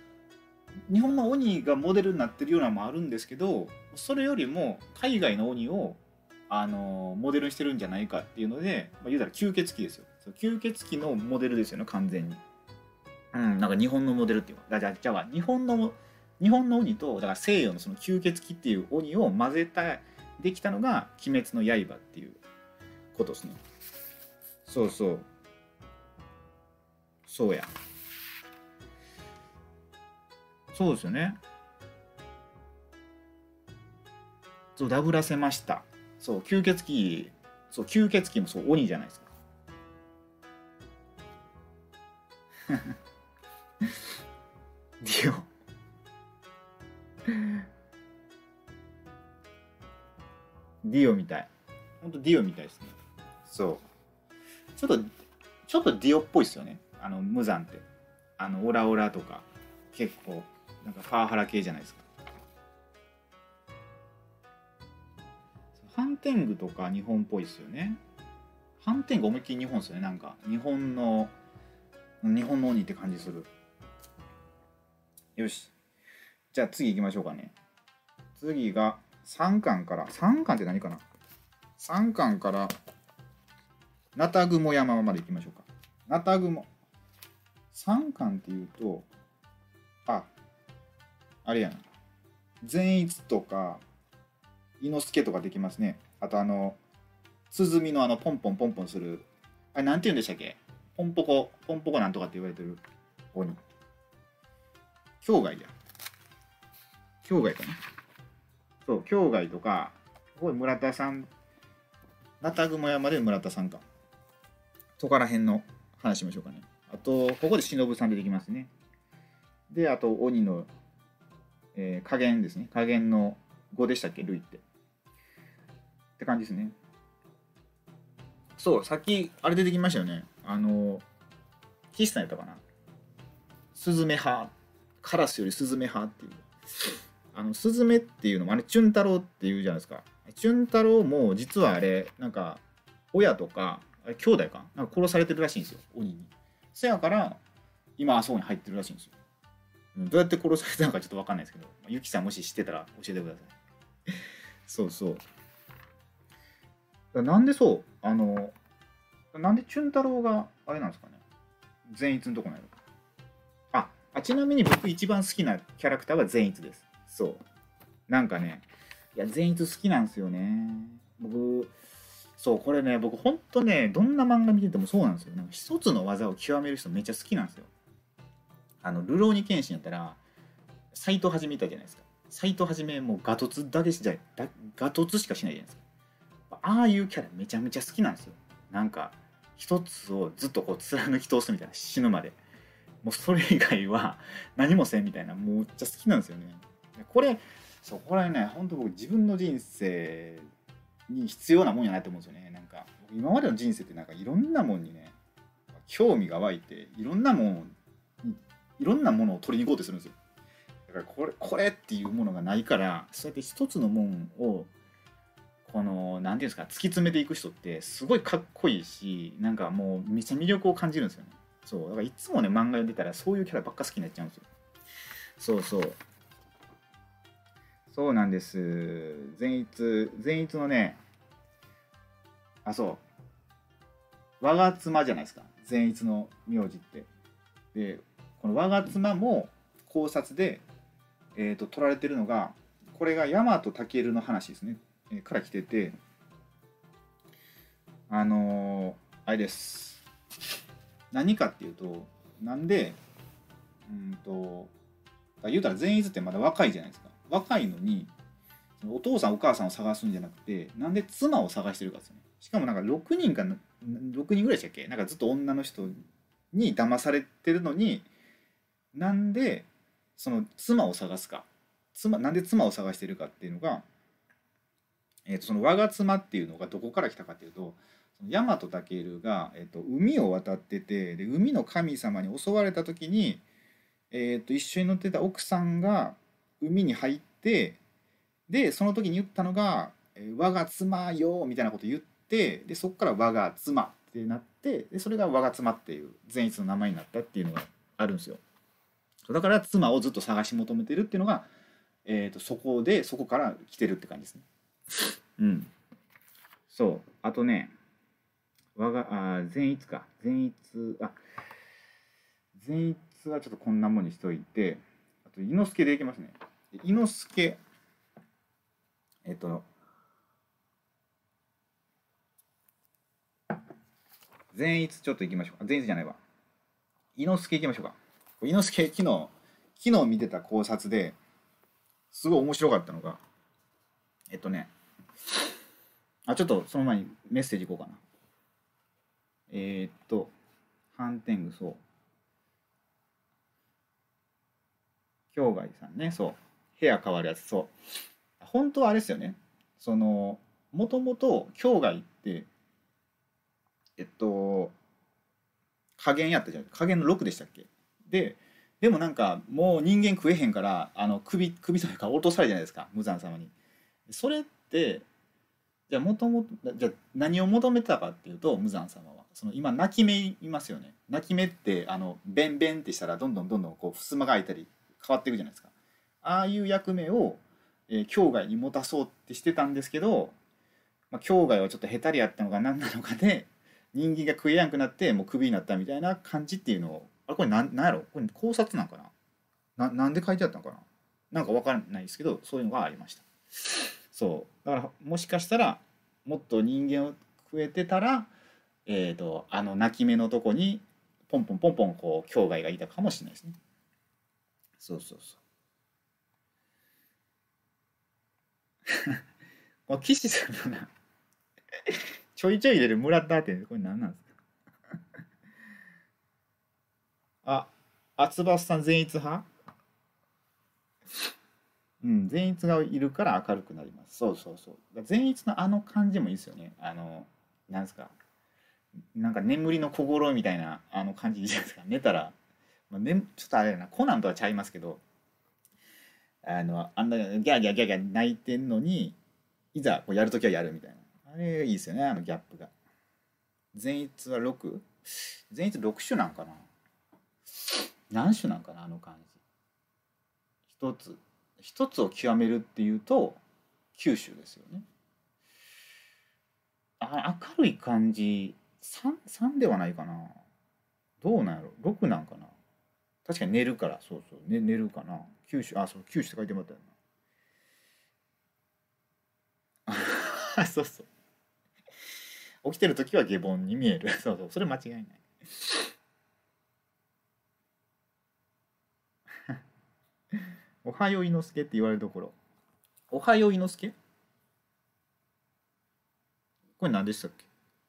モデルになってるようなのもあるんですけど、それよりも海外の鬼をモデルにしてるんじゃないかっていうので、言うたら吸血鬼ですよ。吸血鬼のモデルですよね、完全に。なんか日本のモデルっていうか、じゃあ日本の鬼とだから西洋のその吸血鬼っていう鬼を混ぜたできたのが鬼滅の刃っていうことですね。そうや。そうですよね。そう、ダブらせました。そう、吸血鬼もそう鬼じゃないですか。ディオ。ディオみたい。ほんとディオみたいですね。そう。ちょっとディオっぽいですよね。無惨って。オラオラとか、結構、なんかパワハラ系じゃないですか。ハンテングとか日本っぽいですよね。ハンテング思いっきり日本ですよね。なんか、日本の鬼って感じする。よし。じゃあ次行きましょうかね。次が3巻から、3巻って何かな ?3 巻から、ナタグモ山まで行きましょうか。ナタグモ。3巻っていうと、あれやな。善逸とか、伊之助とかできますね。あと鼓のポンポンポンポンする、あれなんて言うんでしたっけ、ポンポコなんとかって言われてる鬼。境外や。境外かな。そう、境外とか、ここで村田さん、ナタグモ山で村田さんか。そこら辺の話しましょうかね。あと、ここで忍さん出てきますね。で、あと、鬼の、加減ですね。加減の5でしたっけ、類って。って感じですね。そう、さっき、あれ出てきましたよね。岸さんやったかな。スズメ派。カラスよりスズメ派っていう。スズメっていうのも、あれ、チュン太郎っていうじゃないですか。チュン太郎も、実はあれ、なんか、親とか、兄弟かなんか殺されてるらしいんですよ、鬼に。せやから、今、あそこに入ってるらしいんですよ。どうやって殺されたのかちょっと分かんないですけど、ゆきさんもし知ってたら教えてください。そうそう。なんでなんでチュン太郎があれなんですかね。善逸のとこにある。 ちなみに僕一番好きなキャラクターは善逸です。そう。なんかね、いや、善逸好きなんですよね。僕、そう、これね、僕ほんとね、どんな漫画見ててもそうなんですよ。なんか一つの技を極める人めっちゃ好きなんですよ。流浪に剣心やったら、斎藤はじめいたじゃないですか。斎藤はじめもうガトツだけしじゃガトツしかしないじゃないですか。ああいうキャラめちゃめちゃ好きなんですよ。なんか、一つをずっとこう貫き通すみたいな、死ぬまで。もうそれ以外は何もせんみたいな、もうめっちゃ好きなんですよね。これ、そう、これね、本当僕自分の人生に必要なもんやなって思うんですよね。なんか、今までの人生ってなんかいろんなもんにね、興味が湧いて、いろんなものを取りに行こうとするんですよ。だからこれっていうものがないから、そうやって一つのもんを、なんていうんですか、突き詰めていく人ってすごいかっこいいし、なんかもうめっちゃ魅力を感じるんですよね。そう、だからいつもね、漫画読んでたらそういうキャラばっか好きになっちゃうんですよ。そうそう。そうなんです。善逸のね、そう、我が妻じゃないですか。善逸の名字って。で、この我が妻も考察で、取られてるのが、これが大和武の話ですね。から来てて、あれです。何かっていうと、なんで、言うたら善逸ってまだ若いじゃないですか。若いのに、お父さんお母さんを探すんじゃなくて、なんで妻を探してるかですよね。しかもなんか6人ぐらいでしたっけ、なんかずっと女の人に騙されてるのに、なんでその妻を探すか。なんで妻を探してるかっていうのが、その我が妻っていうのがどこから来たかっていうと、大和武が、海を渡ってて、で海の神様に襲われた時に、一緒に乗ってた奥さんが海に入って、でその時に言ったのが「我が妻よ」みたいなこと言って、でそこから「我が妻」ってなって、でそれが「我が妻」っていう善逸の名前になったっていうのがあるんですよ。だから妻をずっと探し求めてるっていうのが、そこから来てるって感じですね。うん。そう。あとね、善逸か。善逸はちょっとこんなもんにしといて、あと、伊之助でいきますね。伊之助、善逸ちょっといきましょう。善逸じゃないわ。伊之助いきましょうか。伊之助、昨日見てた考察ですごい面白かったのが、ちょっとその前にメッセージいこうかな。ハンテング、そう。京外さんね、そう。部屋変わるやつ、そう。本当はあれですよね。もともと京外って、加減やったじゃん。加減の6でしたっけ。でもなんかもう人間食えへんから、首というか落とされるじゃないですか、無惨様に。それって、じゃあ何を求めてたかっていうと、無惨様は。今、泣き目いますよね。泣き目って、ベンベンってしたら、どんどんこう、襖が開いたり変わっていくじゃないですか。ああいう役目を、境外に持たそうってしてたんですけど、境外はちょっとヘタリやったのか何なのかで、人間が食えやんくなってもうクビになったみたいな感じっていうのを、これなんやろ、これ考察なんかなんで書いてあったのかな、なんかわからないですけど、そういうのがありました。そうだからもしかしたらもっと人間を食えてたら、泣き目のとこにポンポンポンポンこう境外がいたかもしれないですね。そうそうそう。この岸さんのなちょいちょい入れる村田ってこれ何なんですか。厚葉さん善逸派。うん、善逸がいるから明るくなります。そうそうそう。善逸のあの感じもいいですよね。なんですか。なんか眠りの小五郎みたいなあの感じいいじゃないですか。寝たら、ちょっとあれやな、コナンとはちゃいますけど、あんなギャーギャーギャーギャー泣いてんのに、いざこうやるときはやるみたいな。あれいいですよね、あのギャップが。善逸は 6？ 善逸6種なんかな、何種なんかな、あの感じ。一つを極めるっていうと九州ですよね。明るい感じ、3ではないかな。どうなんやろ、6なんかな。 確かに寝るから、そうそう、ね、寝るかな。九州、あ、そう、九州って書いてもらったよな。そうそう。起きてる時は下凡に見える。そうそう、それ間違いない。おはよう伊之助って言われるところ。おはよう伊之助、これ何でしたっけ？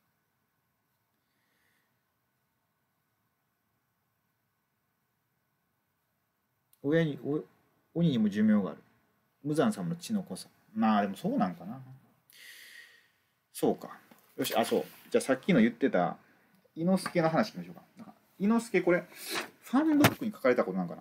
親に、鬼にも寿命がある。無惨様の血の濃さ。まあでもそうなんかな。そうか。よし、あ、そう。じゃあさっきの言ってた、伊之助の話しましょうか。なんか伊之助これ、ファンブックに書かれたことなんかな。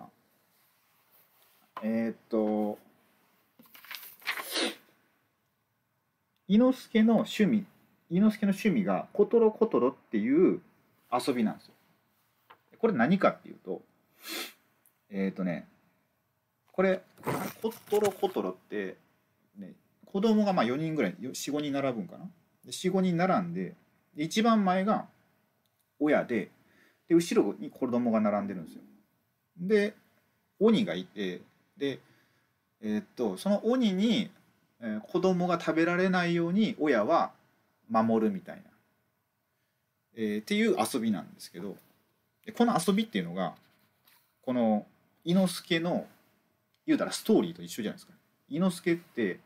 伊之助の趣味、伊之助の趣味がコトロコトロっていう遊びなんですよ。これ何かっていうと、これ、コトロコトロって、ね、子供がまあ4人ぐらい、4、5人並ぶんかな。で4、5人並んで、一番前が親で、後ろに子供が並んでるんですよ。で、鬼がいて、で、その鬼に、子供が食べられないように親は守るみたいな、っていう遊びなんですけど、この遊びっていうのがこの伊之助の言うたらストーリーと一緒じゃないですか。伊之助って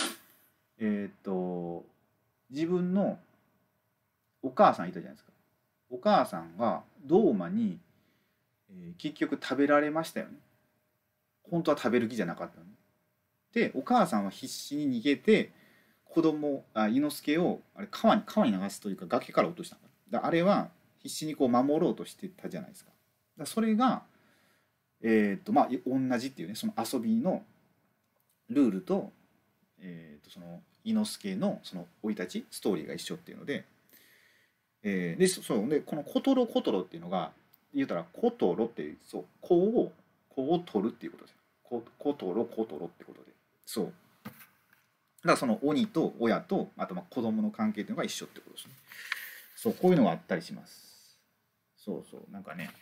自分のお母さんいたじゃないですか。お母さんがドーマに、結局食べられましたよね。本当は食べる気じゃなかったの。でお母さんは必死に逃げて伊之助をあれ川に流すというか崖から落としたの。あれは必死にこう守ろうとしてたじゃないですか。それがまあ同じっていうね、その遊びのルールと、その伊之助のその生い立ちストーリーが一緒っていうので、そうでこのコトロコトロっていうのが言うたらコトロってそう子を取るっていうことですよ。コトロコトロってことで、そうだからその鬼と親とあとまあ子供の関係っていうのが一緒ってことですね。そうこういうのがあったりします。そうそうなんかね、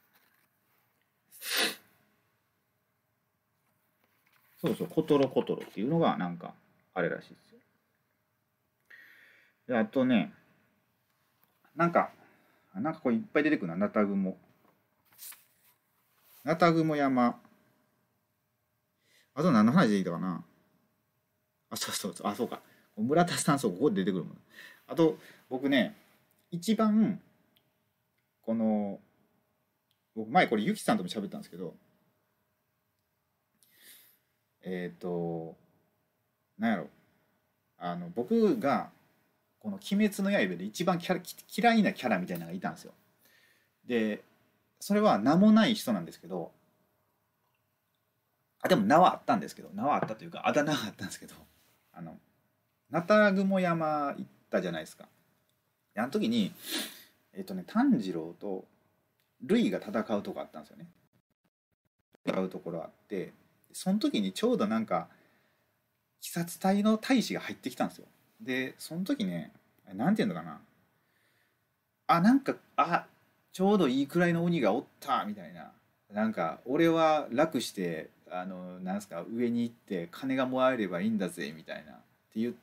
そうそうコトロコトロっていうのがなんかあれらしいですよ。であとね、なんかこれいっぱい出てくるな。ナタグモ山、あと何の話でいいかな。あ、そうあ、そうか。村田さん、そう、ここで出てくるもん。あと、僕ね、一番、この、僕前これゆきさんとも喋ったんですけど、なんやろ、僕が、この鬼滅の刃で一番嫌いなキャラみたいなのがいたんですよ。で、それは名もない人なんですけど、でも名はあったんですけど、名はあったというか、あだ名があったんですけど、ナタグモ山行ったじゃないですか。あの時に、炭治郎とルイが戦うとこあったんですよね。戦うところあって、その時にちょうどなんか、鬼殺隊の大使が入ってきたんですよ。で、その時ね、なんていうのかな。なんか、ちょうどいいくらいの鬼がおったみたいな。なんか、俺は楽して、なんすか、上に行って金がもらえればいいんだぜ、みたいな。って言って、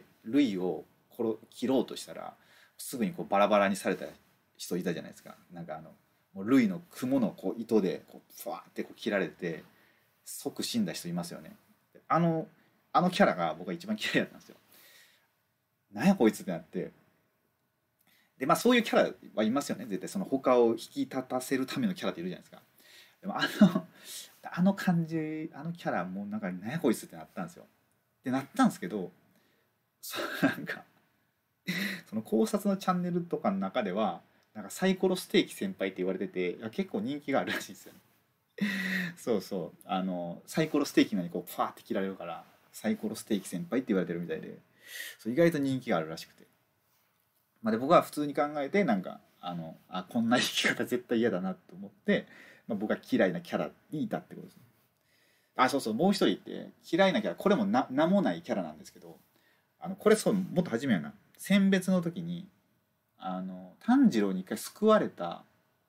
ルイを切ろうとしたら、すぐにこうバラバラにされた人いたじゃないですか。なんかもうルイの雲のこう糸でこうふわってこう切られて即死んだ人いますよね。あのキャラが僕は一番嫌いだったんですよ。なんやこいつってなって。でまあそういうキャラはいますよね。絶対その他を引き立たせるためのキャラっているじゃないですか。でもあの感じ、あのキャラもうなんかなんやこいつってなったんですよ。ってなったんですけど、なんかその考察のチャンネルとかの中ではなんかサイコロステーキ先輩って言われてて、結構人気があるらしいですよね。そうそう、サイコロステーキなのにこうファーって切られるからサイコロステーキ先輩って言われてるみたいで、そう意外と人気があるらしくて、で僕は普通に考えてなんかこんな生き方絶対嫌だなと思って、僕は嫌いなキャラにいたってことですね。そうそう、もう一人いて嫌いなキャラ、これも名もないキャラなんですけど、これそうもっと初めやな、選別の時に炭治郎に一回救われた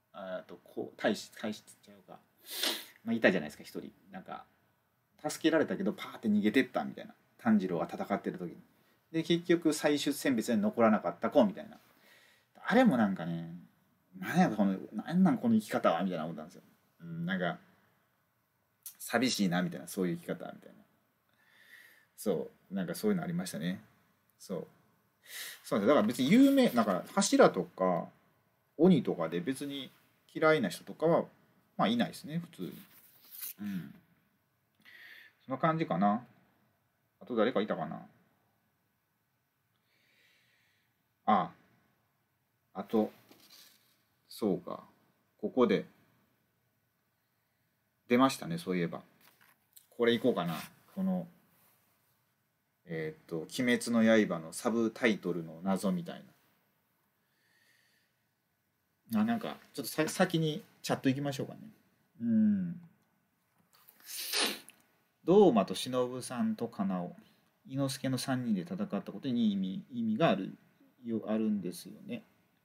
大使ちゃうか、まあ、いたじゃないですか、一人。なんか助けられたけどパーって逃げてったみたいな、炭治郎が戦ってる時に。で結局最終選別に残らなかった子みたいな。あれもなんかね、なんなんこの生き方はみたいな思ったんですよ。なんか寂しいなみたいな、そういう生き方みたいな。そうなんかそういうのありましたね。そうなんです。だから別に有名だから柱とか鬼とかで別に嫌いな人とかはまあいないですね、普通に。うん、そんな感じかな。あと誰かいたかな。ああと、そうか、ここで出ましたね、そういえば。これいこうかな。この鬼滅の刃」のサブタイトルの謎みたいな。なんかちょっと先にチャット行きましょうかね。堂馬と忍さんとかなお、伊之助の3人で戦ったことに意味があるんですよね。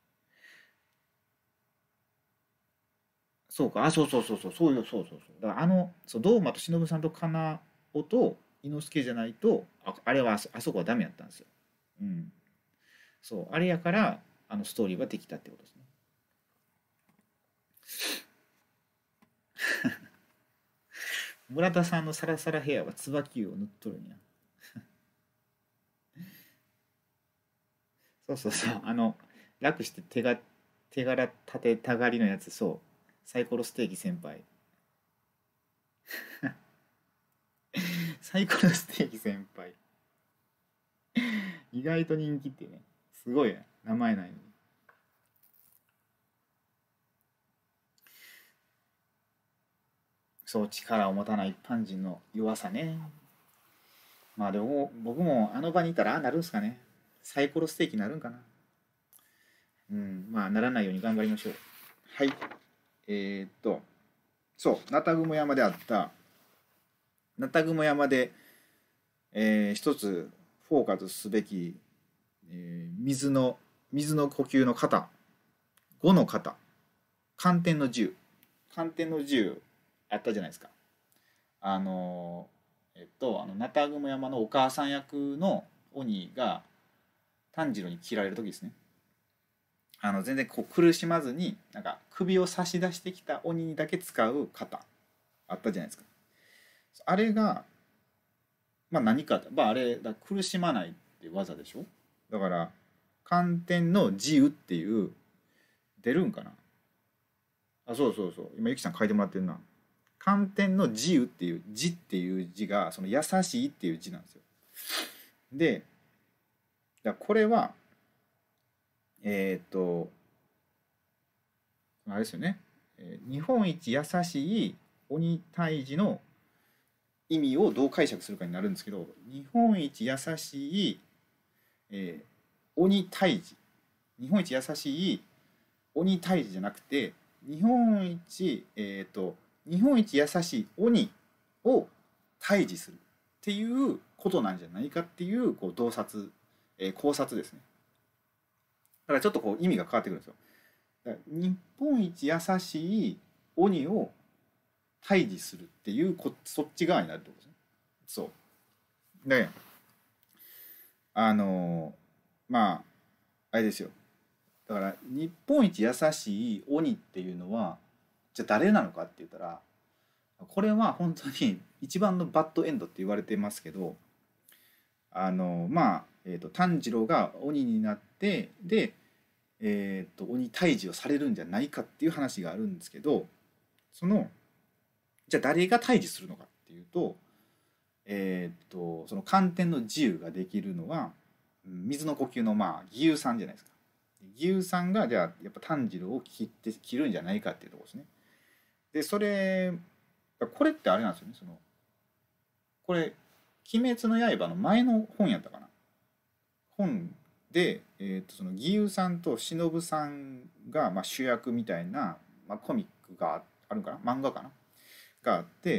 そうか、そう。だから堂馬と忍さんとかなおと伊之助じゃないと、あれはあそこはダメやったんですよ。うん。そう、あれやから、ストーリーはできたってことですね。村田さんのサラサラヘアは椿油を塗っとるんや。そう。楽して手柄立てたがりのやつ、そう。サイコロステーキ先輩。サイコロステーキ先輩。意外と人気ってね。すごいね。名前ないのに。そう、力を持たない一般人の弱さね。まあでも、僕もあの場にいたらああなるんすかね。サイコロステーキになるんかな。まあならないように頑張りましょう。はい。そう、ナタグモ山であった、ナタグモ山で、一つフォーカスすべき、水の呼吸の型、5の型、寒天の銃。寒天の銃あったじゃないですか。ナタグモ山のお母さん役の鬼が炭治郎に切られる時ですね。全然こう苦しまずになんか首を差し出してきた鬼にだけ使う型あったじゃないですか。あれがまあ何か、あれだ苦しまないって技でしょ。だから寒天の自由っていう出るんかな。そう今ゆきさん書いてもらってるな。寒天の自由っていう字っていう字がその優しいっていう字なんですよ。でこれはあれですよね、日本一優しい鬼退治の意味をどう解釈するかになるんですけど、日本一優しい、鬼退治、日本一優しい鬼退治じゃなくて、日本一優しい鬼を退治するっていうことなんじゃないかっていう考察ですね。だからちょっと意味が変わってくるんですよ。だから日本一優しい鬼を退治するっていうそっち側になるってことですね。そうでまああれですよ。だから日本一優しい鬼っていうのはじゃあ誰なのかって言ったら、これは本当に一番のバッドエンドって言われてますけど、炭治郎が鬼になってで、鬼退治をされるんじゃないかっていう話があるんですけど、じゃあ誰が退治するのかっていうと、その寒天の自由ができるのは水の呼吸の義勇さんじゃないですか。義勇さんがじゃあやっぱ炭治郎を切るんじゃないかっていうところですね。でこれってあれなんですよね。これ「鬼滅の刃」の前の本やったかな。本で、その義勇さんと忍さんが主役みたいな、コミックがあるかな、漫画かながあって、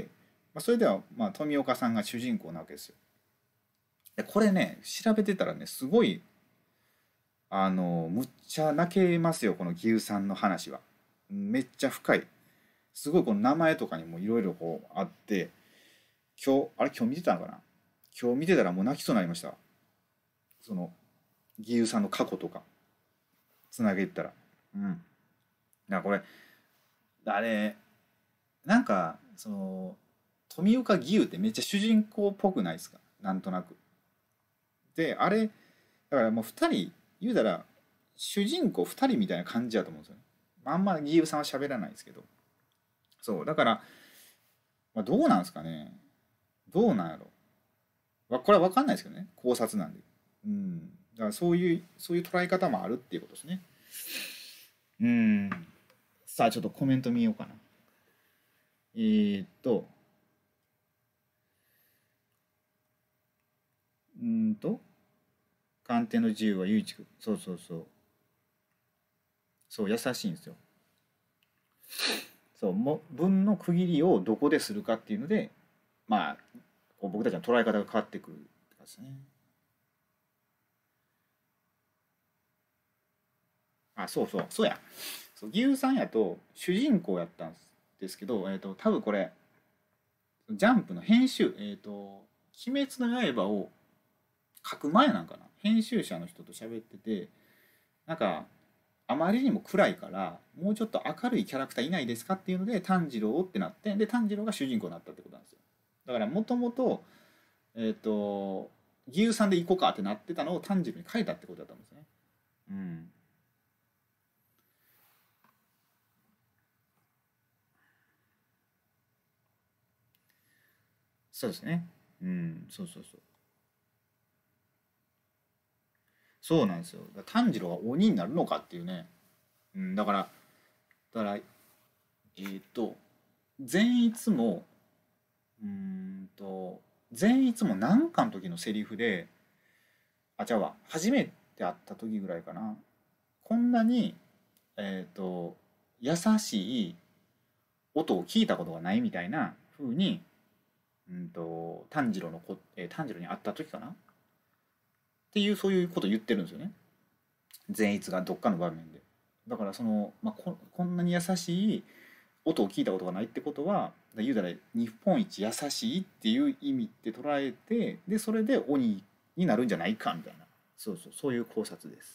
それでは富岡さんが主人公なわけですよ。これね調べてたらねすごいむっちゃ泣けますよ、この義勇さんの話は。 めっちゃ深い。すごいこの名前とかにもいろいろこうあって、今日見てたのかな。今日見てたらもう泣きそうになりました。その義勇さんの過去とかつなげてったら。うん。だからこれあれなんかその富岡義勇ってめっちゃ主人公っぽくないですか、なんとなく。であれだからもう2人言うたら主人公2人みたいな感じだと思うんですよね。あんま義勇さんは喋らないですけど。そうだから、まあ、どうなんですかね。どうなんやろ。これは分かんないですけどね、考察なんで。うん、だからそういう捉え方もあるっていうことですね。うん。さあちょっとコメント見ようかな。えうんと鑑定の自由は唯一、そうそうそう、そう優しいんですよ。そうも文の区切りをどこでするかっていうので、まあこう僕たちの捉え方が変わってくるって感じですね。あ、そうそうそうや。そう義勇さんやと主人公やったんですけど、多分これジャンプの編集「鬼滅の刃」を書く前なんかな、編集者の人と喋ってて、なんかあまりにも暗いからもうちょっと明るいキャラクターいないですかっていうので炭治郎ってなって、で炭治郎が主人公になったってことなんですよ。だからもともと義勇さんで行こうかってなってたのを炭治郎に変えたってことだったんですね。うん。そうですね。うん、そうそうそう。そうなんですよ。炭治郎が鬼になるのかっていうね。うん、だから善逸もうーんと善逸も何かの時のセリフで、じゃあ初めて会った時ぐらいかな、こんなに優しい音を聞いたことがないみたいな風に、炭治郎に会った時かなっていう、そういうことを言ってるんですよね、善逸がどっかの場面で。だからこんなに優しい音を聞いたことがないってことは、言うたら日本一優しいっていう意味って捉えて、でそれで鬼になるんじゃないかみたいな、そうそう、そういう考察です。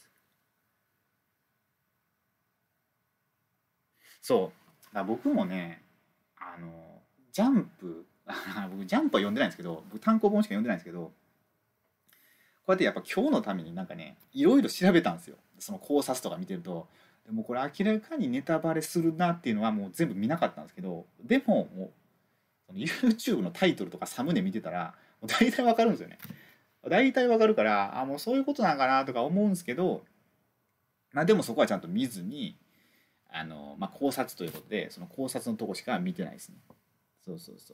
そう僕もね、ジャンプ僕ジャンプは読んでないんですけど、僕単行本しか読んでないんですけど、こうやってやっぱ今日のためになんかねいろいろ調べたんですよ、その考察とか見てると。でもこれ明らかにネタバレするなっていうのはもう全部見なかったんですけど、でももうその YouTube のタイトルとかサムネ見てたらもう大体わかるんですよね。大体わかるから、もうそういうことなんかなとか思うんですけど、でもそこはちゃんと見ずに、考察ということでその考察のとこしか見てないですね。そうそうそう。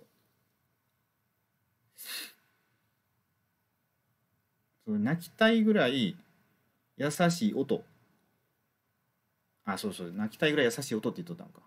泣きたいぐらい優しい音。そうそう、泣きたいぐらい優しい音って言っとったのか。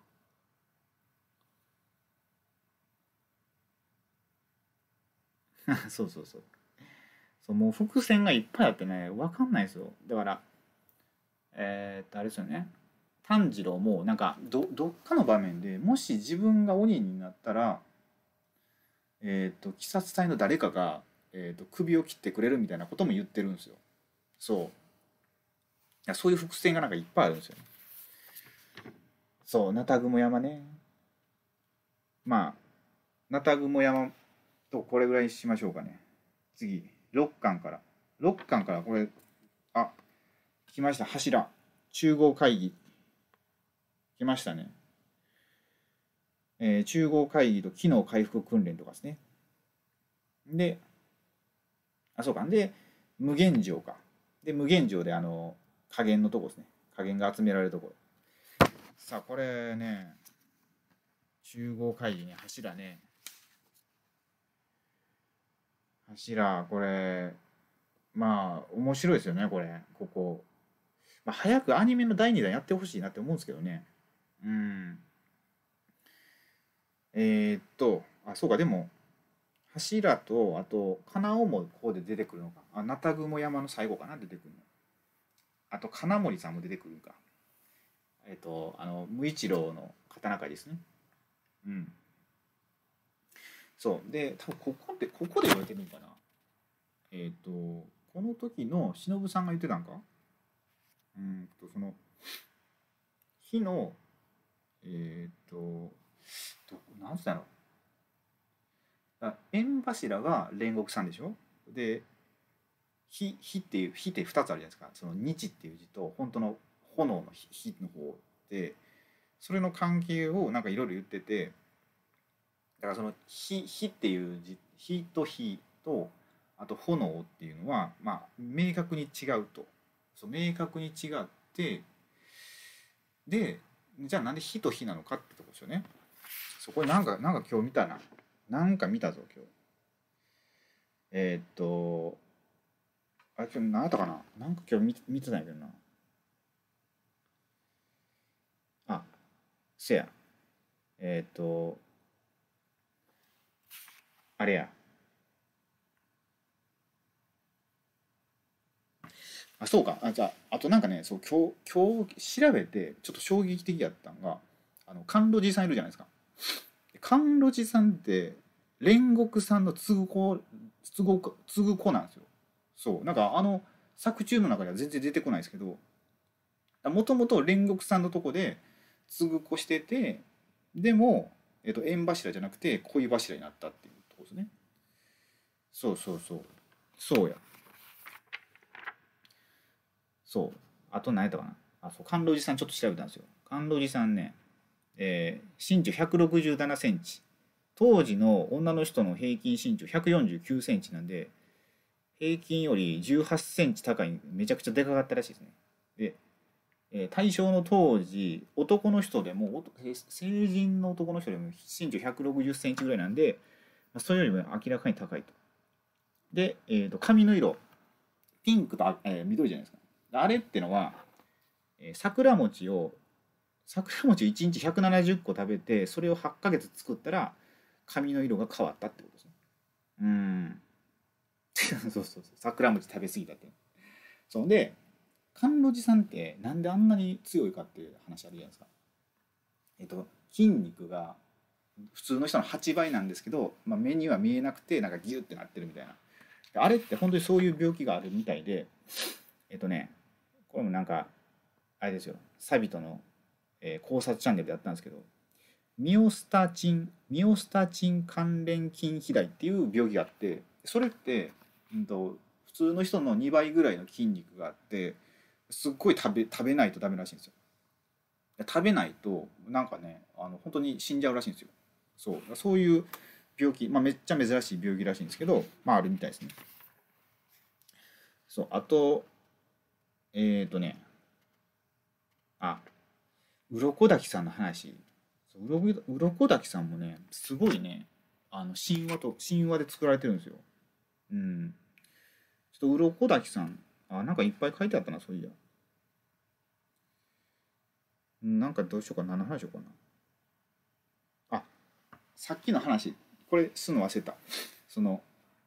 そうそうそう。そう、もう伏線がいっぱいあってね、わかんないですよ。だから、あれですよね。炭治郎もなんかどっかの場面でもし自分が鬼になったら、鬼殺隊の誰かが、首を切ってくれるみたいなことも言ってるんですよ。そう。いや、そういう伏線がなんかいっぱいあるんですよね。そう、ナタグモ山ね。まあ、ナタグモ山とこれぐらいにしましょうかね。次、6巻から。6巻からこれ、あ、来ました、柱。中合会議。来ましたね。中合会議と機能回復訓練とかですね。で、そうか。で、無限城か。で、無限城で加減のとこですね。加減が集められるところ。さあ、これね、中合会議に柱ね。柱、これ、面白いですよね、これ。ここ。早くアニメの第2弾やってほしいなって思うんですけどね。うん。そうか、でも、柱と、あと、金尾もここで出てくるのか。ナタグモ山の最後かな、出てくるの。あと、金森さんも出てくるか。 無一郎の刀鍛冶ですね。うん。そうで多分ここで言われてるのかな。この時の忍さんが言ってたんか。その火のなんつったの。縁柱が煉獄さんでしょ。で火って2つあるじゃないですか。その日っていう字と本当の炎の火の方で、それの関係をなんかいろいろ言ってて、だからその火っていう字、火と火とあと炎っていうのはまあ明確に違うと。そう明確に違って、でじゃあなんで火と火なのかってとこですよね。そこになんか今日見たな。なんか見たぞ今日。あれ今日何やったかな。なんか今日見てないけどな。あ、せや。あれや。あ、そうか。じゃあ、あとなんかね、そう今日調べてちょっと衝撃的やったんが、甘露寺さんいるじゃないですか。甘露寺さんって煉獄さんの継ぐ子なんですよ。そうなんか作中の中では全然出てこないですけど、もともと煉獄さんのとこで継ぐ子してて、でも、縁柱じゃなくて恋柱になったっていうとこですね。そうそうそう。そうや。そう。あと何やったかな。あ、そう、甘露寺さんちょっと調べたんですよ。甘露寺さんね、身長167センチ。当時の女の人の平均身長149センチなんで、平均より18センチ高い、めちゃくちゃでかかったらしいですね。で、大正の当時、男の人でも、成人の男の人でも身長160センチぐらいなんで、それよりも明らかに高いと。で、髪の色、ピンクと、緑じゃないですか。あれってのは、桜餅を1日170個食べて、それを8ヶ月作ったら髪の色が変わったってことですね。うん。そうそうそう。桜餅食べ過ぎたって。そうで、甘露寺さんってなんであんなに強いかっていう話あるじゃないですか。筋肉が普通の人の8倍なんですけど、目には見えなくてなんかギュッてなってるみたいな。あれって本当にそういう病気があるみたいで、これもなんかあれですよ、サビトの、考察チャンネルでやったんですけど、ミオスタチン関連筋肥大っていう病気があって、それって、普通の人の2倍ぐらいの筋肉があって、すっごい食べないとダメらしいんですよ。食べないとなんかね、本当に死んじゃうらしいんですよ。そういう病気、めっちゃ珍しい病気らしいんですけど、あるみたいですね。そう、あとね、あ、鱗滝さんの話。鱗滝さんもね、すごいね、神話で作られてるんですよ。うん。ちょっと鱗滝さん、なんかいっぱい書いてあったな、そういや。なんかどうしようかな、何の話しようかな。さっきの話、これすんの忘れた。その、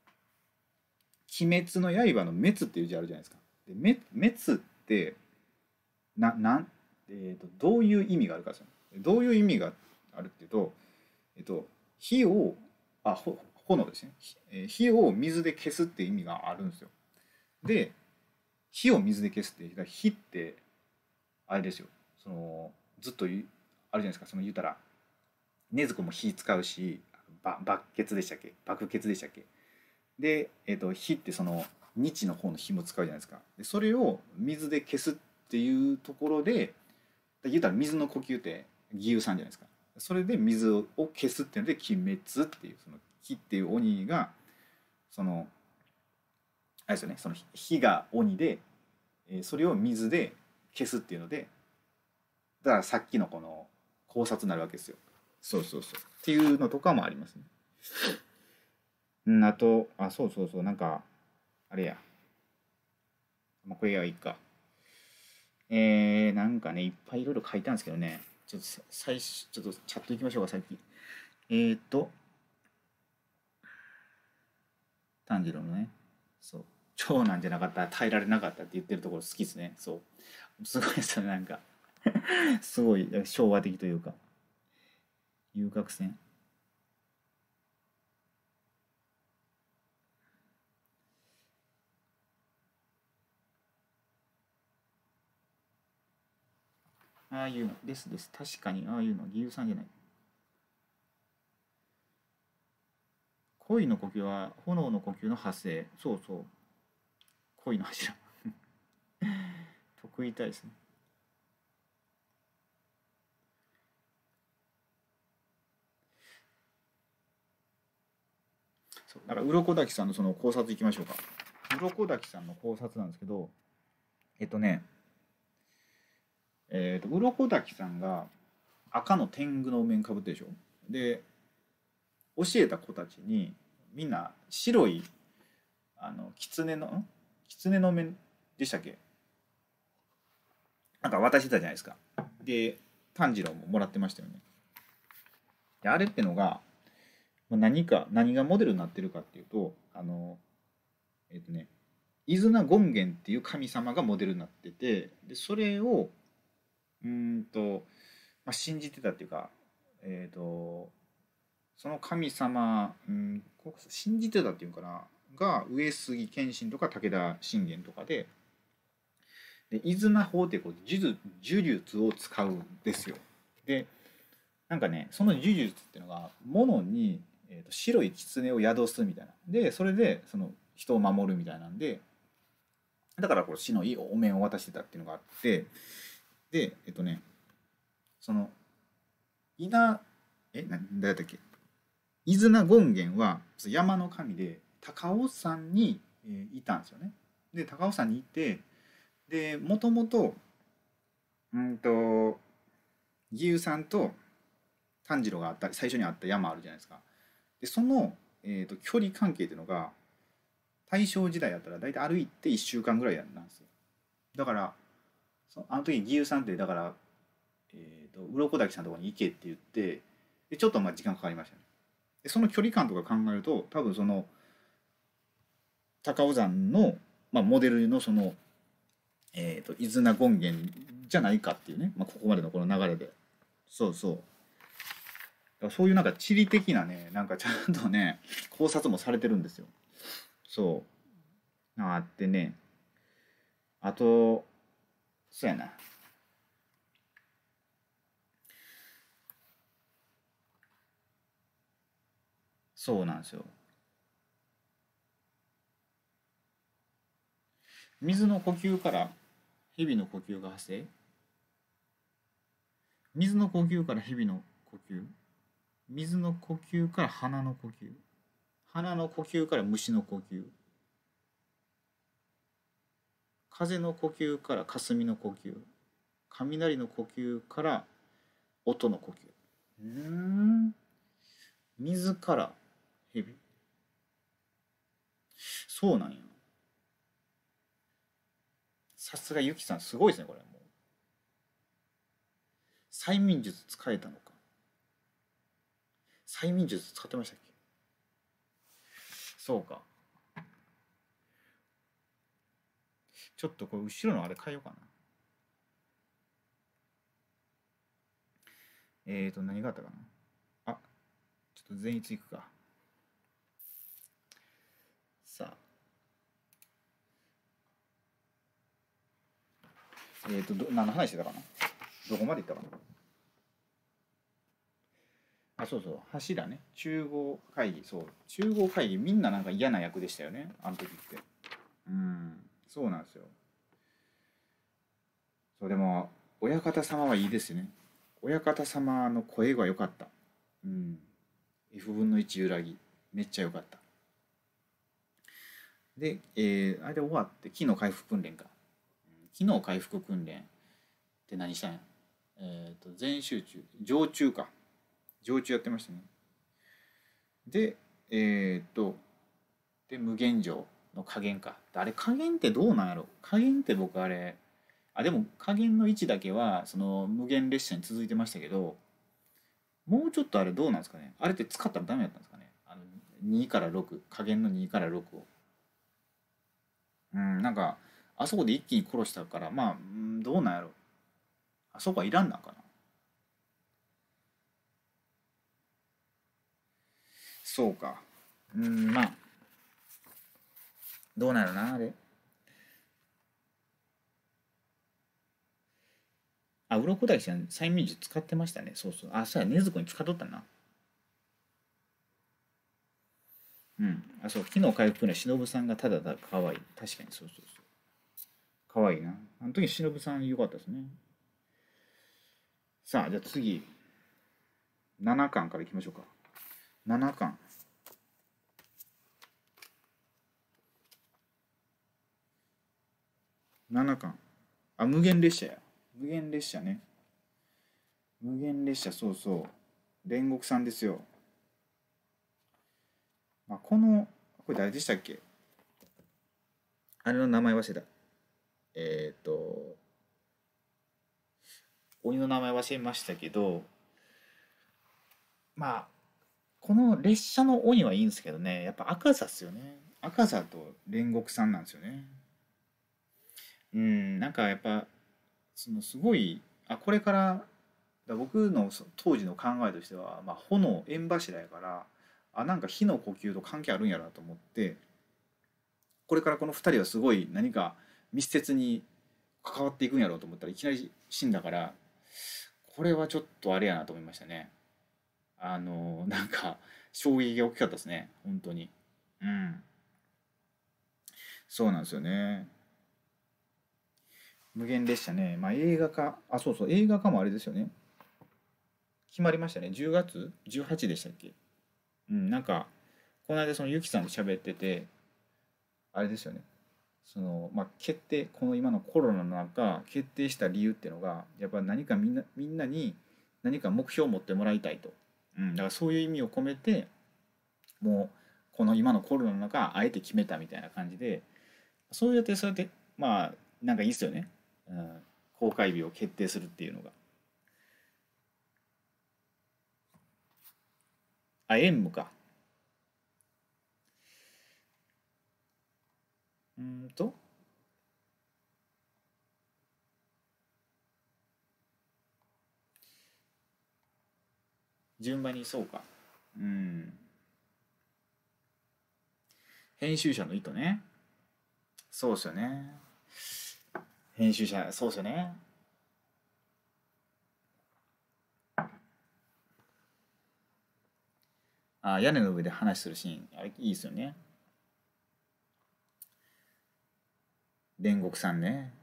鬼滅の刃の滅っていう字あるじゃないですか。で、滅って、な、なん、どういう意味があるかですよね。どういう意味があるっていうと、火を、炎ですね。火を水で消すっていう意味があるんですよ。で、火を水で消すって、火って、あれですよ。ずっとあるじゃないですか。言うたら、禰豆子も火使うし、爆血でしたっけ。で、火って日の方の火も使うじゃないですか。でそれを水で消すっていうところで、言うたら水の呼吸って義勇さんじゃないですか。それで水を消すっていうので鬼滅っていう、火っていう鬼があれですよね、火が鬼で、それを水で消すっていうので、だからさっきのこの考察になるわけですよ。そうそうそうっていうのとかもありますね。あとそうそうそう、なんかあれや、これはいいか。なんかね、いっぱいいろいろ書いたんですけどね、ちょっとちょっとチャットいきましょうか、最近。炭治郎のね、そう、長男じゃなかったら耐えられなかったって言ってるところ好きですね。そう。すごいですよね、なんか。 すごい昭和的というか。遊郭船。ああいうのですです。確かにああいうの義勇さんじゃない。恋の呼吸は炎の呼吸の派生。そうそう。恋の柱。得意体ですね。そうだから鱗滝さんのその考察いきましょうか。鱗滝さんの考察なんですけど、えっとね、鱗滝さんが赤の天狗のお面かぶってるでしょ。で、教えた子たちにみんな白い狐の面でしたっけ、なんか渡してたじゃないですか。で炭治郎ももらってましたよね。であれってのが何がモデルになってるかっていうと伊豆名権現っていう神様がモデルになってて、でそれを信じてたっていうか、その神様、信じてたっていうかなが上杉謙信とか武田信玄とかで伊豆名法ってこう呪術を使うんですよ。でなんかねその呪術っていうのが物に、白い狐を宿すみたいなでそれでその人を守るみたいなんで、だからこう死のいいお面を渡してたっていうのがあって、でその稲誰だっけ、伊豆名権現は山の神で高尾山に、いたんですよね。で高尾山にいて、でもともと義勇さんと炭治郎が最初にあった山あるじゃないですか。でその、距離関係っていうのが大正時代だったら大体歩いて1週間ぐらいなんですよ。だからあの時義勇さんってだから、鱗滝さんのところに行けって言ってでちょっとまあ時間かかりましたね。でその距離感とか考えると多分その高尾山の、モデルのその、伊豆名権現じゃないかっていうね、ここまでのこの流れでそうそう、だからそういうなんか地理的なねなんかちゃんとね考察もされてるんですよ。そうあってね、あとそうやな、そうなんですよ。水の呼吸から蛇の呼吸が発生。水の呼吸から蛇の呼吸。水の呼吸から鼻の呼吸。鼻の呼吸から虫の呼吸。風の呼吸から霞の呼吸。雷の呼吸から音の呼吸。水から蛇。そうなんや。さすがゆきさんすごいですねこれ。もう催眠術使えたのか。催眠術使ってましたっけ。そうか。ちょっとこれ後ろのあれ変えようかな。何があったかな。あ、ちょっと全員いくか。さあ。何の話してたかな。どこまで行ったかな。あ、そうそう。柱ね。中合会議。そう。中合会議みんななんか嫌な役でしたよね。あの時って。そうなんですよ。そう、でも、親方様はいいですよね。親方様の声が良かった。F 分の1揺らぎ。めっちゃ良かった。で、あれで終わって、機能回復訓練か。機能回復訓練って何したんや。全集中。常駐か。常駐やってましたね。で、で、無限城の加減か。あれ、加減ってどうなんやろ。加減って僕あれ、でも加減の位置だけは、その無限列車に続いてましたけど、もうちょっとあれどうなんですかね。あれって使ったらダメだったんですかね。2から6、加減の2から6を。なんか、あそこで一気に殺したから、どうなんやろ。 あそこはいらんなんかな。そうか。まあどうなるなあれ。あ、鱗滝さん催眠術使ってましたね。そうそう。あ、そうや、禰豆子に使っとったな。うん。あ、そう、昨日回復の忍さんがただだ可愛い。確かにそうそうそう。可愛いな。あの時忍さん良かったですね。さあ、じゃあ次、7巻からいきましょうか。7巻。7巻。あ、無限列車や。無限列車ね。無限列車、そうそう。煉獄さんですよ。まあ、これ誰でしたっけ？あれの名前忘れた。えっ、と、鬼の名前忘れましたけど、まあ、この列車の鬼はいいんですけどね、やっぱ赤座っすよね。赤座と煉獄さんなんですよね。なんかやっぱ、すごい、これから、僕の当時の考えとしては、まあ、炎、縁柱やから、なんか火の呼吸と関係あるんやなと思って、これからこの2人はすごい何か密接に関わっていくんやろうと思ったらいきなり死んだから、これはちょっとあれやなと思いましたね。なんか衝撃が大きかったですね、本当に。うん。そうなんですよね。無限列車ね。まあ映画化、そうそう、映画化もあれですよね。決まりましたね。10月 18 でしたっけ？なんか、この間そのゆきさんと喋ってて、あれですよね。決定、この今のコロナの中、決定した理由っていうのが、やっぱ何かみんなに何か目標を持ってもらいたいと。だからそういう意味を込めて、もう、この今のコロナの中、あえて決めたみたいな感じで、そうやって、まあ、なんかいいっすよね。公開日を決定するっていうのが。縁務か。うーんと、順番にそうか。うん。編集者の意図ね。そうっすよね。編集者、そうっすよね。屋根の上で話するシーン、あれいいっすよね。煉獄さんね。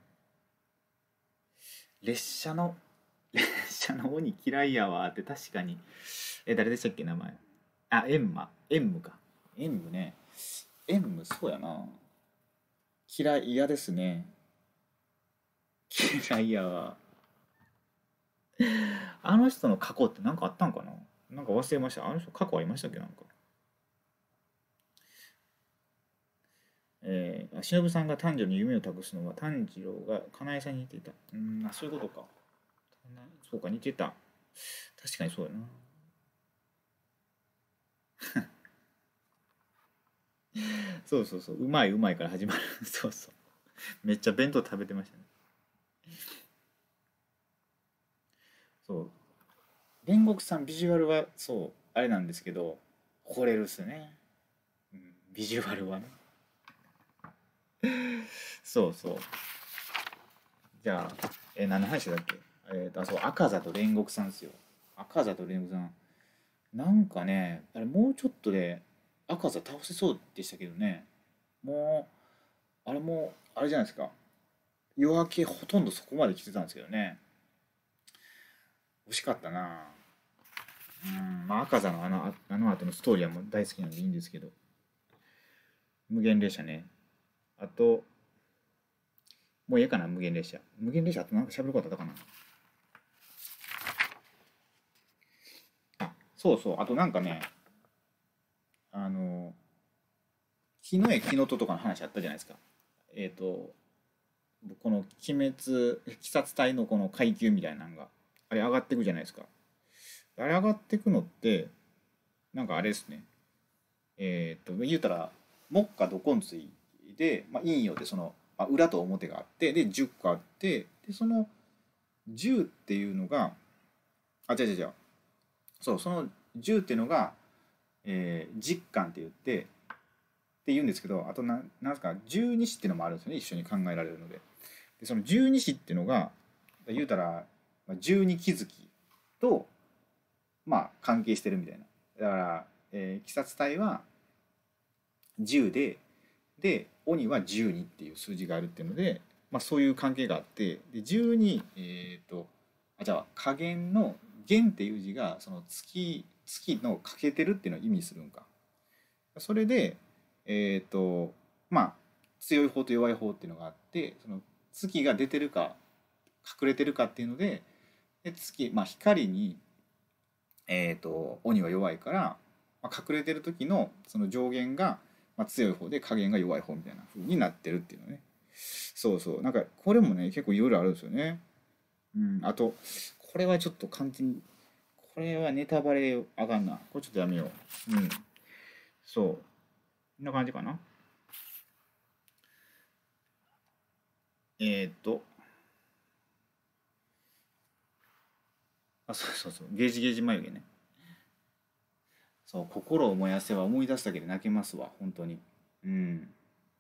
列車の、列車の鬼嫌いやわって確かに。誰でしたっけ、名前。エンムか。エンムね。エンム、そうやな。嫌ですね。嫌いやわ。あの人の過去って何かあったんかな。なんか忘れました。あの人過去ありましたっけ、なんか。忍さんが誕生に夢を託すのは炭治郎がかなえさんに似ていた。そういうことか。そうか、似てた。確かにそうやな。そうそうそう。うまいうまいから始まる。そうそう。めっちゃ弁当食べてましたね。そう。煉獄さんビジュアルはそう、あれなんですけど、惚れるっすね。ビジュアルはね。そうそう。じゃあ、何の話だっけ？そう、赤座と煉獄さんですよ。赤座と煉獄さん。なんかね、あれもうちょっとで赤座倒せそうでしたけどね。もあれじゃないですか。夜明けほとんどそこまで来てたんですけどね。惜しかったな。まあ赤座のあの後のストーリーはもう大好きなんでいいんですけど。無限列車ね。あと、もうええかな、無限列車。無限列車あとなんか喋ることあったかな。そうそう。あとなんかね、あの、日野江木のととかの話あったじゃないですか。この鬼殺隊のこの階級みたいなのが、あれ上がってくじゃないですか。あれ上がってくのって、なんかあれですね。言うたら、木下土根椎で、陰陽で裏と表があって、で、10個あって、で、その 10っていうのが、あ、違う違う違う。そう、その10っていうのが、実感って言言うんですけど、あとなんすか、十二支っていうのもあるんですよね、一緒に考えられるので。で、その十二支っていうのが、言うたら、十二気づきと、まあ、関係してるみたいな。だから、鬼殺隊は10で、鬼は12っていう数字があるっていうので、まあ、そういう関係があって、で、12、じゃあ、加減の減っていう字が、その月の欠けてるっていうのを意味するんか。それで、まあ、強い方と弱い方っていうのがあって、その月が出てるか隠れてるかっていうので、月、まあ、光に、鬼は弱いから、まあ、隠れてる時のその上限が、まあ、強い方で下限が弱い方みたいな風になってるっていうのね。そうそう。なんかこれもね、結構いろいろあるんですよね。うん、あと、これはちょっと完全に、これはネタバレあかんな。これちょっとやめよう。うん。そう。こんな感じかな。えーっと、そうそうそう。ゲージゲージ眉毛ね。そう、心を燃やせは思い出すだけで泣けますわ、本当に。うん。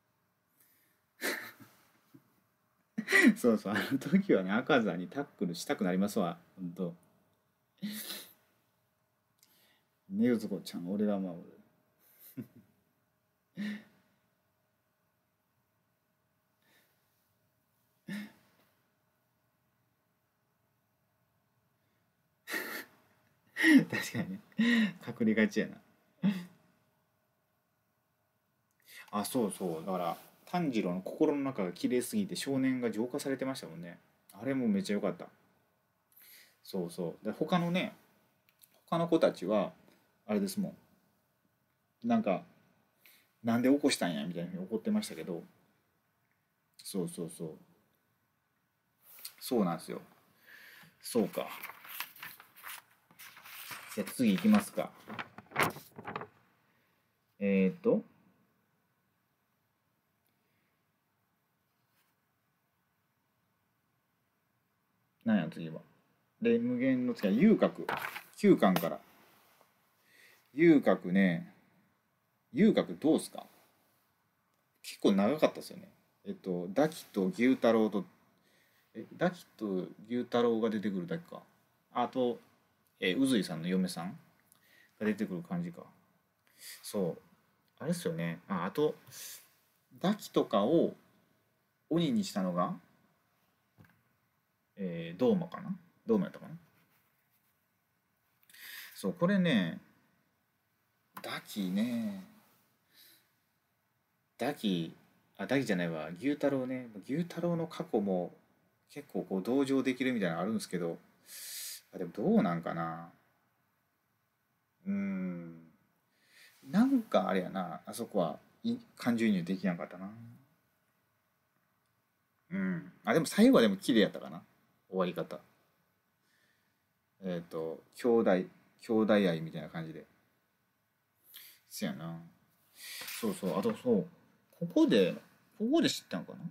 そうそう、あの時はね、赤座にタックルしたくなりますわ、本当。ねずこちゃん、俺が守る。確かにね。隠れがちやな。あ、そうそう。だから、炭治郎の心の中が綺麗すぎて少年が浄化されてましたもんね。あれもめっちゃ良かった。そうそう。で、他の子たちは、あれですもん。なんか、なんで起こしたんやみたいなふうに怒ってましたけど、そうそうそう。そうなんですよ。そうか。じゃあ次行きますか。えっと、何や次は。で、無限の次は遊郭。9巻から。遊郭ね。遊郭どうすか？結構長かったですよね。ダキと牛太郎と、ダキと牛太郎が出てくるだけか。あと、宇髄さんの嫁さんが出てくる感じか。そう。あれですよね。あと、ダキとかを鬼にしたのが、ドーマかな。ドーマやったかな。そう、これね、ダキね、ダキじゃないわ、牛太郎ね。牛太郎の過去も結構こう同情できるみたいなのあるんですけど、でもどうなんかな。うーん。なんかあれやな、あそこ感情移入できなかったな。うん。あ、でも最後はでも綺麗やったかな。終わり方。兄弟愛みたいな感じで。そやな。そうそう。あとそう。ここで知ったのかな。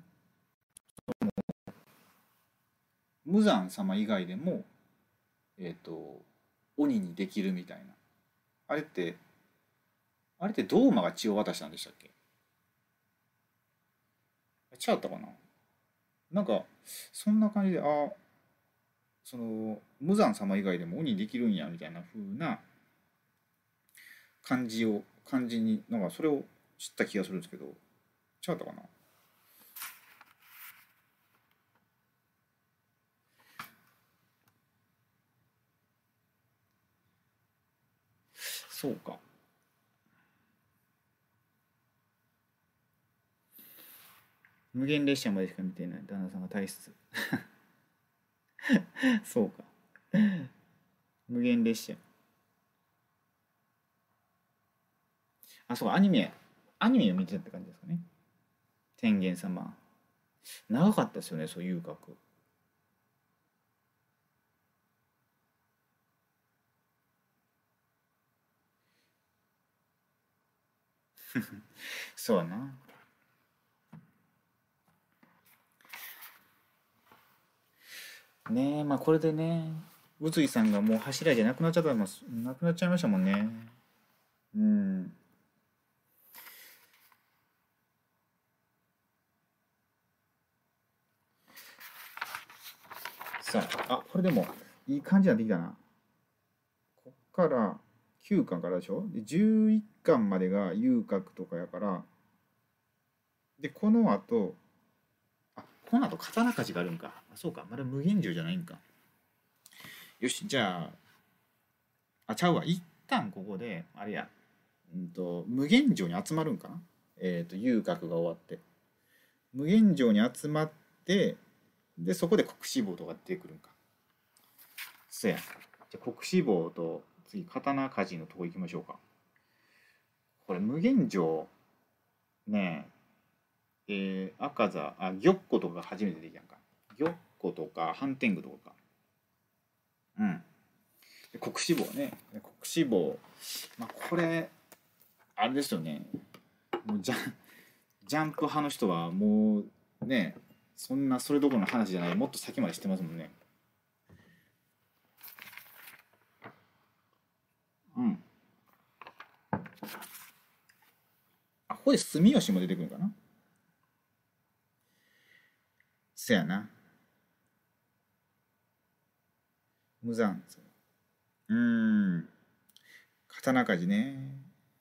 無惨様以外でも、えっ、と、鬼にできるみたいな。あれって、あれってドーマが血を渡したんでしたっけ？違ったかな。なんか、そんな感じで、その、無惨様以外でも鬼にできるんや、みたいな風な感じに、なんかそれを知った気がするんですけど、違ったかな。そうか。無限列車までしか見てない旦那さんが体質。そうか。無限列車。あ、そうか、アニメを見てたって感じですかね。天元様。長かったですよね、そう遊郭。そうやな。 ねえ、まあこれでね、宇津井さんがもう柱じゃなくなっちゃったもん、なくなっちゃいましたもんね。うん。さあ、あ、これでもいい感じになってきたな。こっから9巻からでしょ。で、11巻までが遊郭とかやから、で、この後刀鍛冶があるんか。あ、そうか、まだ無限城じゃないんか。よし、じゃあ、ちゃうわ。一旦ここで、あれや、無限城に集まるんかな。遊郭が終わって。無限城に集まって、で、そこで国志望とか出てくるんか。そや。じゃあ国志望と次、刀鍛冶のとこ行きましょうか。これ、無限城、ね赤座、玉子とか初めてできたんか。玉子とか、ハンテングとかか。うん。で国志望ね。国志望。まあ、これ、あれですよね。もうジャンプ派の人はもうね、そんなそれどころの話じゃない、もっと先まで知ってますもんね。うん。あ、ここで住吉も出てくるのかな。せやな。無残。うーん。刀鍛冶ね。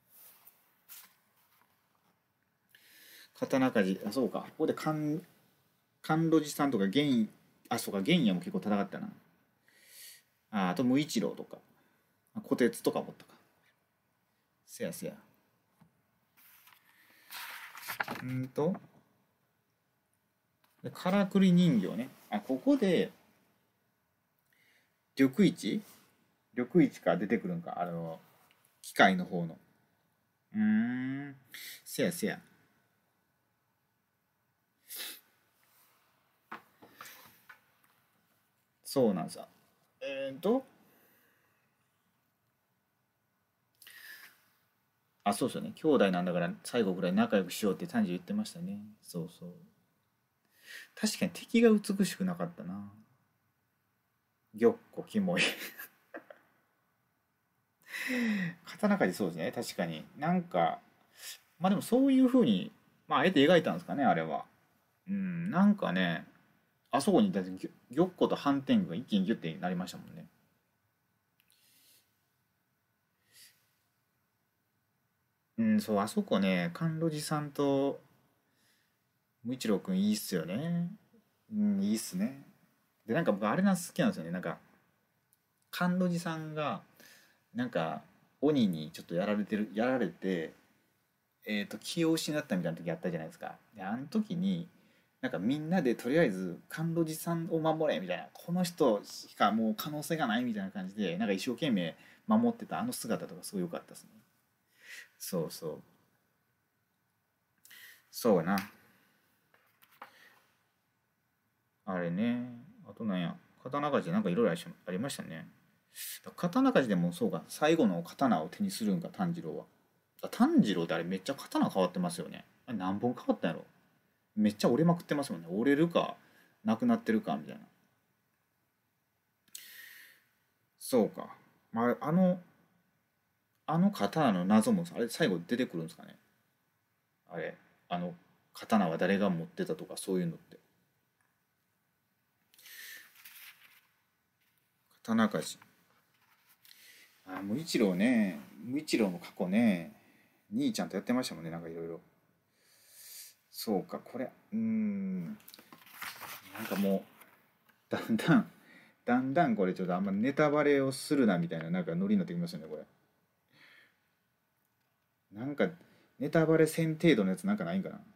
刀鍛冶、あ、そうか。ここで甘露寺さんとかそうか、玄也も結構戦ったな。あと無一郎とか。虎鉄とかもったか。せやせや。と、からくり人形ね。あ、ここで、緑市から出てくるんか。機械の方の。うーん。せやせや。そうなんさ。そうですよね。兄弟なんだから最後ぐらい仲良くしようって単純言ってましたね。そうそう。確かに敵が美しくなかったな。玉子、キモい。刀鍛冶そうですね。確かに。なんか、まあでもそういう風に、まああえて描いたんですかね、あれは。うん、なんかね、あそこにだって玉子と斑点が一気にギュッてなりましたもんね。うん、そう、あそこね、甘露寺さんと無一郎くんいいっすよね。うん、いいっすね。で、なんか僕あれなん好きなんですよね。なんか、甘露寺さんが、なんか、鬼にちょっとやられて、気を失ったみたいな時あったじゃないですか。で、あの時に、なんかみんなでとりあえず甘露寺さんを守れみたいな、この人しかもう可能性がないみたいな感じで、なんか一生懸命守ってたあの姿とかすごい良かったですね。そうそう。そうやな。あれね。あとなんや。刀鍛冶なんかいろいろありましたね。刀鍛冶でもそうか。最後の刀を手にするんか、炭治郎は。炭治郎ってあれめっちゃ刀変わってますよね。あれ何本変わったんやろ。めっちゃ折れまくってますもんね。折れるか、なくなってるか、みたいな。そうか。まあ、あの刀の謎もあれ最後出てくるんですかね。あれ、あの刀は誰が持ってたとかそういうのって。刀鍛冶。無一郎ね。無一郎の過去ね。兄ちゃんとやってましたもんね。なんかいろいろ。そうか、これ。なんかもう、だんだん、だんだんこれちょっとあんまネタバレをするなみたいななんかノリになってきますよね、これ。なんか、ネタバレせん程度のやつなんかないんかな。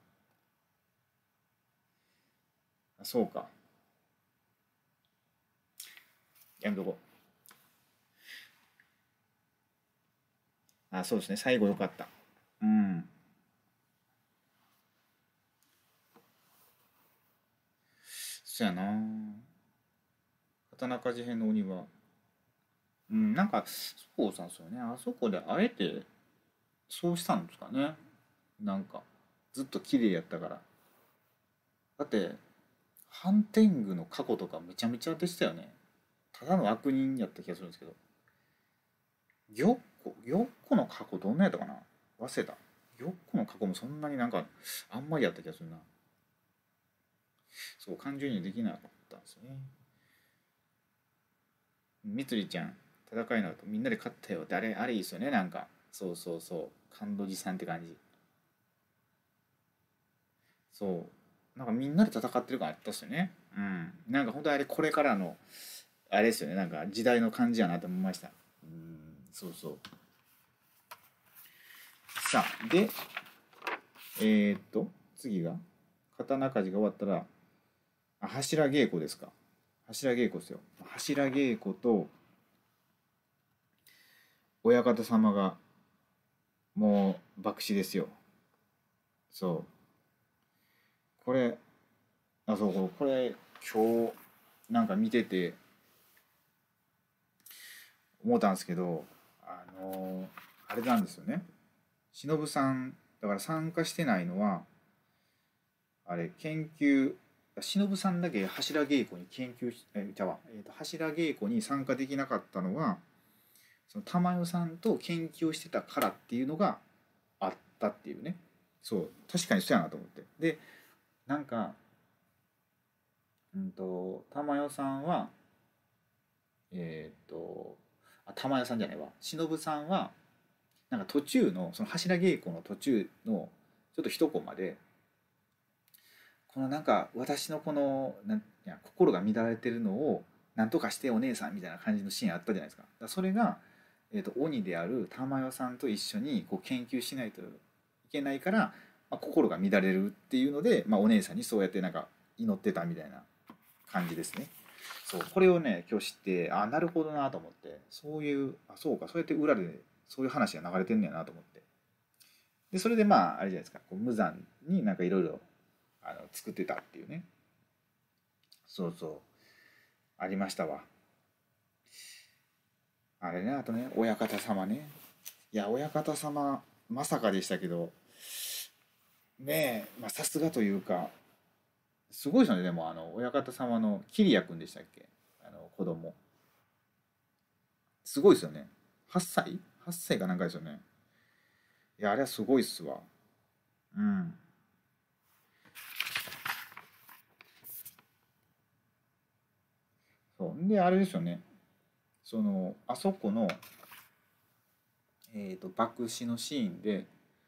そうか。やめとこう。そうですね。最後よかった。うん。そやな。刀鍛冶編の鬼は。うん、なんか、そうなんですよね。あそこであえて、そうしたんですかね。なんか、ずっと綺麗やったから。だって、 ハンテングの過去とかめちゃめちゃでしたよね。ただの悪人やった気がするんですけど。ヨッコの過去どんなやったかな、忘れた。ヨッコの過去もそんなになんかあんまりやった気がするな。そう、感情移入できなかったんですよね。みつりちゃん、戦いの後みんなで勝ったよってあれいいですよね、なんか。そうそうそう。感動寺さんって感じ。そう。なんかみんなで戦ってる感あったっすよね。うん。なんか本当あれこれからの、あれですよね。なんか時代の感じやなと思いました。うん、そうそう。さあ、で、次が、刀鍛冶が終わったら、柱稽古ですか。柱稽古ですよ。柱稽古と、親方様が、もう、爆死ですよ。そう。これ、そう、これ、今日、なんか見てて、思ったんですけど、あれなんですよね。忍さん、だから参加してないのは、あれ、研究、忍さんだけ柱稽古に研究し、じゃあ、柱稽古に参加できなかったのは、その玉代さんと研究してたからっていうのがあったっていうね。そう、確かにそうやなと思って。で、なんか、玉代さんは、玉代さんじゃないわ。忍さんは、なんか途中の、その柱稽古の途中の、ちょっと一コマで、このなんか私のこの心が乱れてるのをなんとかしてお姉さんみたいな感じのシーンあったじゃないですか。だからそれが、鬼である玉代さんと一緒にこう研究しないといけないから、心が乱れるっていうので、お姉さんにそうやってなんか祈ってたみたいな感じですね。そう、これをね今日知って、なるほどなと思って、そういう、そうか、そうやって裏でそういう話が流れてんねやなと思って、でそれであれじゃないですか、こう無残になんかいろいろ作ってたっていうね。そうそう、ありましたわ。あれね、あとね、親方様ね。いや、親方様まさかでしたけど、ねえ、さすがというか、すごいですよね。でも親方様の桐谷君でしたっけ、子供。すごいですよね。8歳 ?8 歳かなんかですよね。いや、あれはすごいっすわ。うん。そうで、あれですよね。あそこの、爆死のシーンで、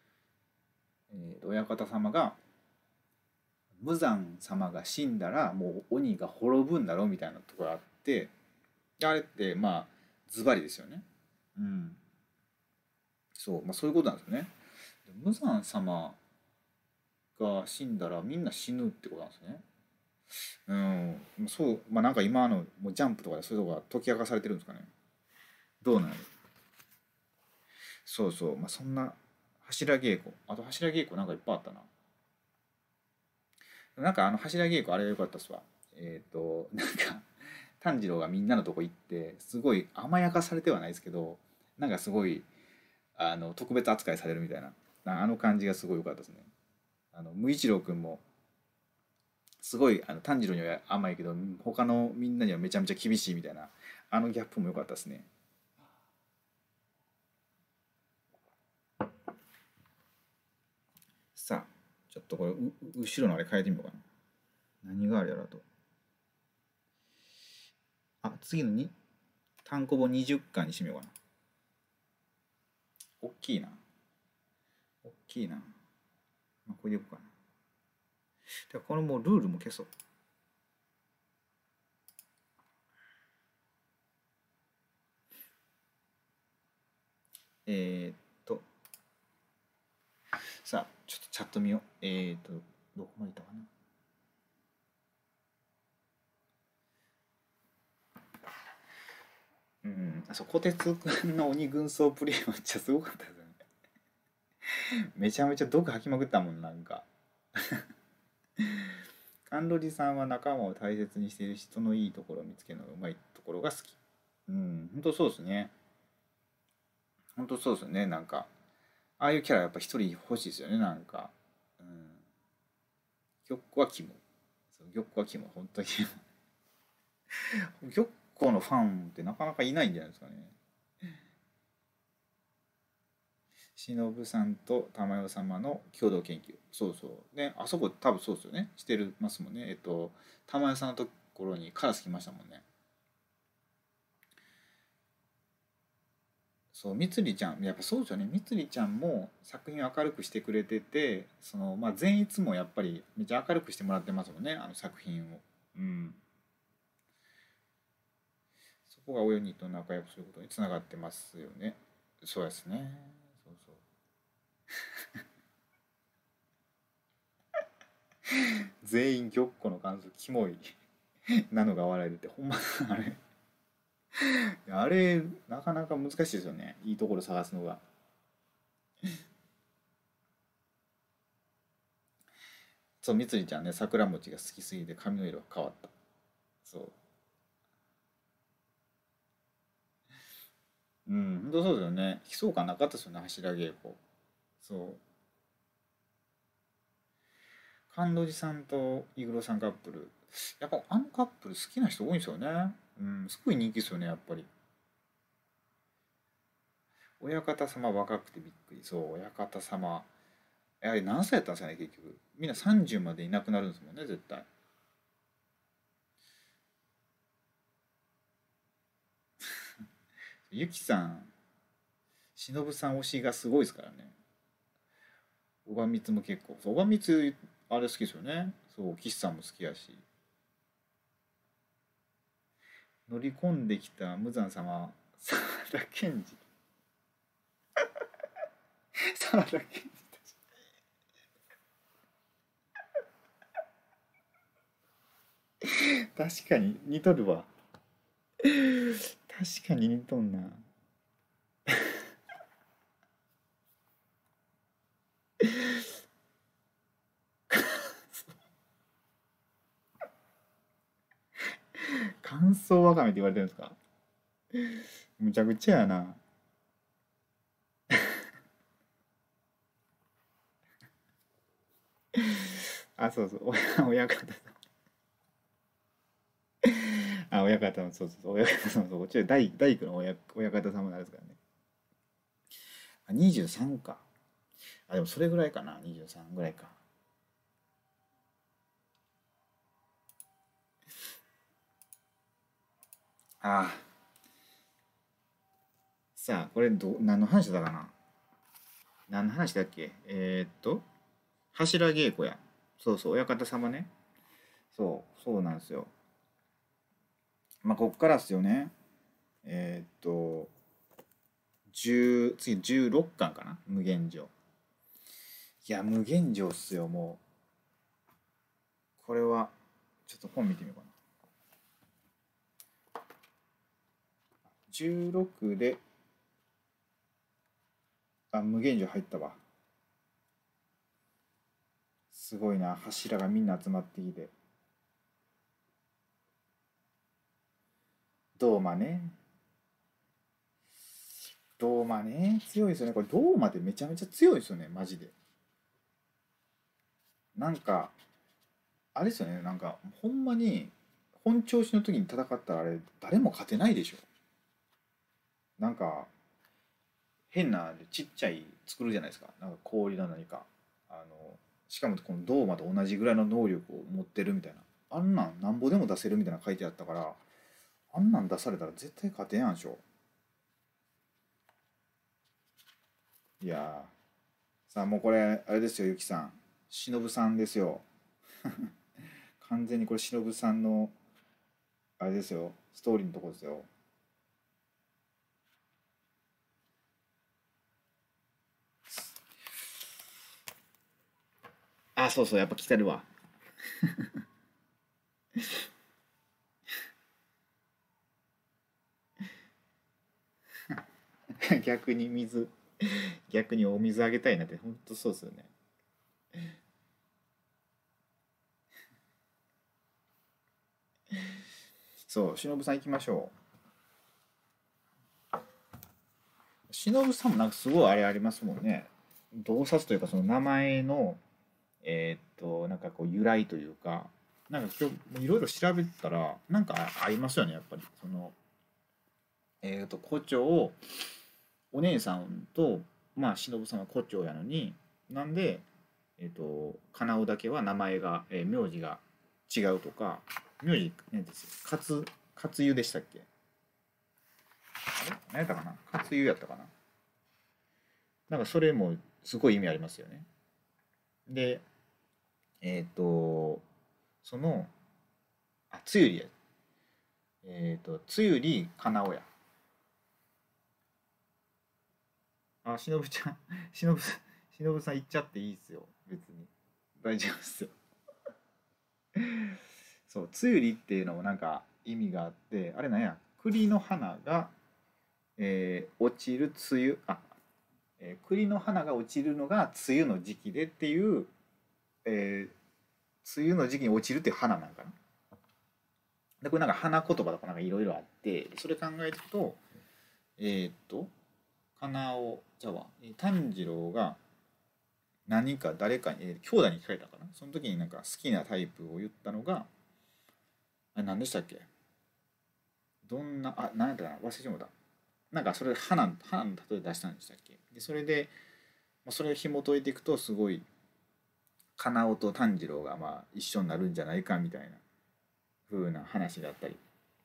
親方様が無惨様が死んだらもう鬼が滅ぶんだろうみたいなところがあって、あれってズバリですよね。うん。そう、そういうことなんですよね。無惨様が死んだらみんな死ぬってことなんですね。うん。そう、なんか今もうジャンプとかでそういうとこが解き明かされてるんですかね。どうなる。そうそう、そんな柱稽古、あと柱稽古なんかいっぱいあったな。なんか柱稽古あれが良かったっすわ。なんか炭治郎がみんなのとこ行ってすごい甘やかされてはないですけど、なんかすごい特別扱いされるみたいな、あの感じがすごい良かったですね。無一郎くんもすごい炭治郎には甘いけど他のみんなにはめちゃめちゃ厳しいみたいな、あのギャップも良かったですね。さあ、ちょっとこれ後ろのあれ変えてみようかな。何があるやろと。次のに単行本20巻にしてみようかな。大きいな。大きいな。これでいこうかな。ではこのもうルールも消そう。えーっと、さあ、ちょっとチャット見よう。どこまでいったかな。うん、そう、小鉄くんの鬼軍曹プレイめっちゃすごかったですよね。めちゃめちゃ毒吐きまくったもん、なんか。甘露寺さんは仲間を大切にしている人のいいところを見つけるのがうまいところが好き。うん、本当そうですね。本当そうですね。なんか、ああいうキャラやっぱ一人欲しいですよね、なんか。うん。玉子はキモ。 玉子はキモい、本当にキモい。玉子のファンってなかなかいないんじゃないですかね。忍さんと玉代様の共同研究。そうそうね、あそこ多分そうですよね、してるますもんね。玉代さんのところにカラス来ましたもんね。そうみつりちゃんやっぱそうですよね。みつりちゃんも作品を明るくしてくれてて、まあ善逸もやっぱりめっちゃ明るくしてもらってますもんね、あの作品を。うん。そこが親にと仲良くすることにつながってますよね。そうですね。そうそう。全員玉子の感想キモいなのが笑えるってほんまあれあれなかなか難しいですよね、いいところ探すのが。そうみつりちゃんね、桜餅が好きすぎて髪の色が変わった。そううん、本当そうですよね。悲壮感なかったですよね、柱稽古。そう。甘露寺さんとイグロさんカップル。やっぱあのカップル好きな人多いんですよね。うん、すごい人気ですよね、やっぱり。親方様若くてびっくり。そう、親方様。やはり何歳やったんですかね、結局。みんな30までいなくなるんですもんね、絶対。ゆきさん、しのぶさん推しがすごいですからね。おばみつも結構。そうおばみつ、あれ好きですよね。そう、岸さんも好きやし。乗り込んできた無惨様、沢田研二。沢田研二。確かに似とるわ。確かに似とんな。乾燥わかめって言われてるんですか？むちゃくちゃやな。あ、そうそう。親方さん。あ、親方の、そうそうそう。親方さん、そう。こっちで大工の親方様なんですからね。あ、23か。あ、でもそれぐらいかな。23ぐらいか。ああ。さあ、これ何の話だかな。何の話だっけ。柱稽古や。そうそう、親方様ね。そうなんですよ。まあ、こっからっすよね。えーっと、次16巻かな、無限城。いや、無限城っすよ、もう。これは、ちょっと本見てみようかな。16で、あ、無限城入ったわ。すごいな、柱がみんな集まってきて。ドーマね。ドーマね。強いですよね。これ、ドーマってめちゃめちゃ強いですよね、マジで。なんか、あれですよね、なんか、ほんまに、本調子の時に戦ったらあれ、誰も勝てないでしょ。なんか、変なちっちゃい作るじゃないですか。なんか氷の何か。しかもこのドーマと同じぐらいの能力を持ってるみたいな。あんなんなんぼでも出せるみたいな書いてあったから、あんなん出されたら絶対勝てんやんでしょ。いやー。さあもうこれ、あれですよ、ゆきさん。しのぶさんですよ。完全にこれしのぶさんの、あれですよ。ストーリーのとこですよ。あ、そうそう、やっぱ来てるわ。逆に逆にお水あげたいなって、ほんとそうですよね。そう、しのぶさん行きましょう。しのぶさんもなんかすごいあれありますもんね。洞察というか、その名前の、なんかこう由来というか、 なんか今日いろいろ調べたらなんかありますよね、やっぱりその胡蝶、お姉さんとまあ忍さんは胡蝶やのに、なんでかなおだけは名前が、名字が違うとか、名字ねですよ、勝湯でしたっけ、あれ何やったかな、勝湯やったかな、なんかそれもすごい意味ありますよね。でそのつゆりや、つゆりかなおや、しのぶちゃん、しのぶさん行っちゃっていいっすよ。別に。大丈夫っすよ。そう、つゆりっていうのもなんか意味があって、あれなんや、栗の花が、落ちる梅雨、栗の花が落ちるのが梅雨の時期でっていう、え梅雨の時期に落ちるっていう花なんかな。で、これなんか花言葉とかなんかいろいろあって、それ考えていくと、かなお、じゃあ、炭治郎が何か誰かに、兄弟に聞かれたかな、その時になんか好きなタイプを言ったのが、あれ何でしたっけ、どんな、何やったかな、忘れてもうた。なんかそれで花の例え出したんでしたっけ。で、それで、それを紐解いていくと、すごい、かなおと炭治郎がまあ一緒になるんじゃないかみたいな風な話があったり。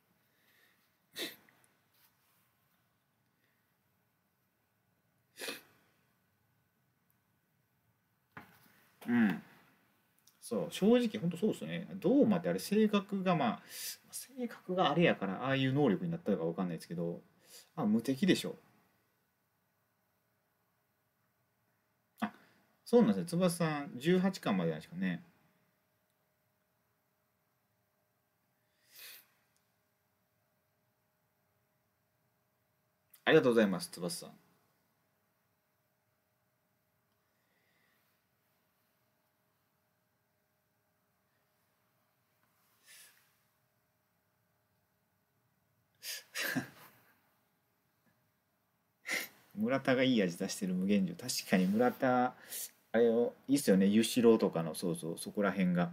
うん。そう、正直本当そうですよね。どうまってあれ性格が性格があれやからああいう能力になったのかわかんないですけど、無敵でしょ。あ、そうなんですね。翼さん18巻までなんですかね。ありがとうございます、翼さん。村田がいい味出してる無限城。確かに村田、あれを、いいっすよね。ゆしろうとかの、そうそう、そこら辺が。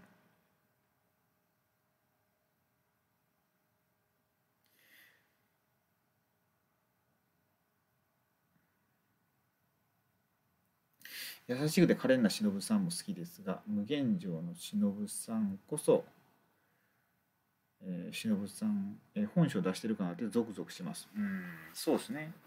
優しくて可憐な忍さんも好きですが、無限城の忍さんこそ、忍さん、本性出してるかなってゾクゾクします。そうですね。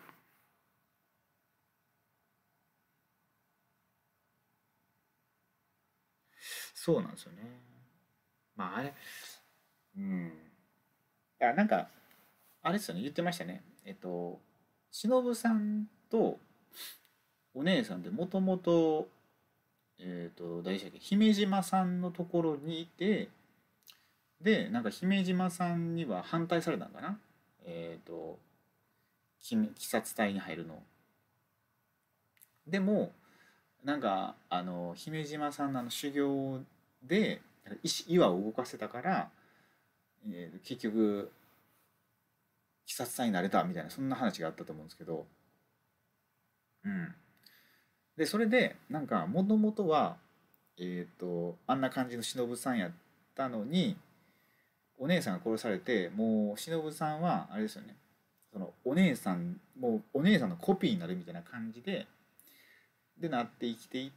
そうなんですよね。あれ、うん。いや、なんか、あれですよね、言ってましたね。忍さんとお姉さんでもともと、誰でしたっけ、姫島さんのところにいて、で、なんか姫島さんには反対されたんかな。えっと、鬼殺隊に入るの。でも、なんか、姫島さんの修行で、岩を動かせたから、結局、鬼殺隊になれたみたいな、そんな話があったと思うんですけど、うん。で、それで、なんか、もともとは、あんな感じの忍さんやったのに、お姉さんが殺されて、もう忍さんはあれですよね、そのお姉さん、もうお姉さんのコピーになるみたいな感じでなって生きていって、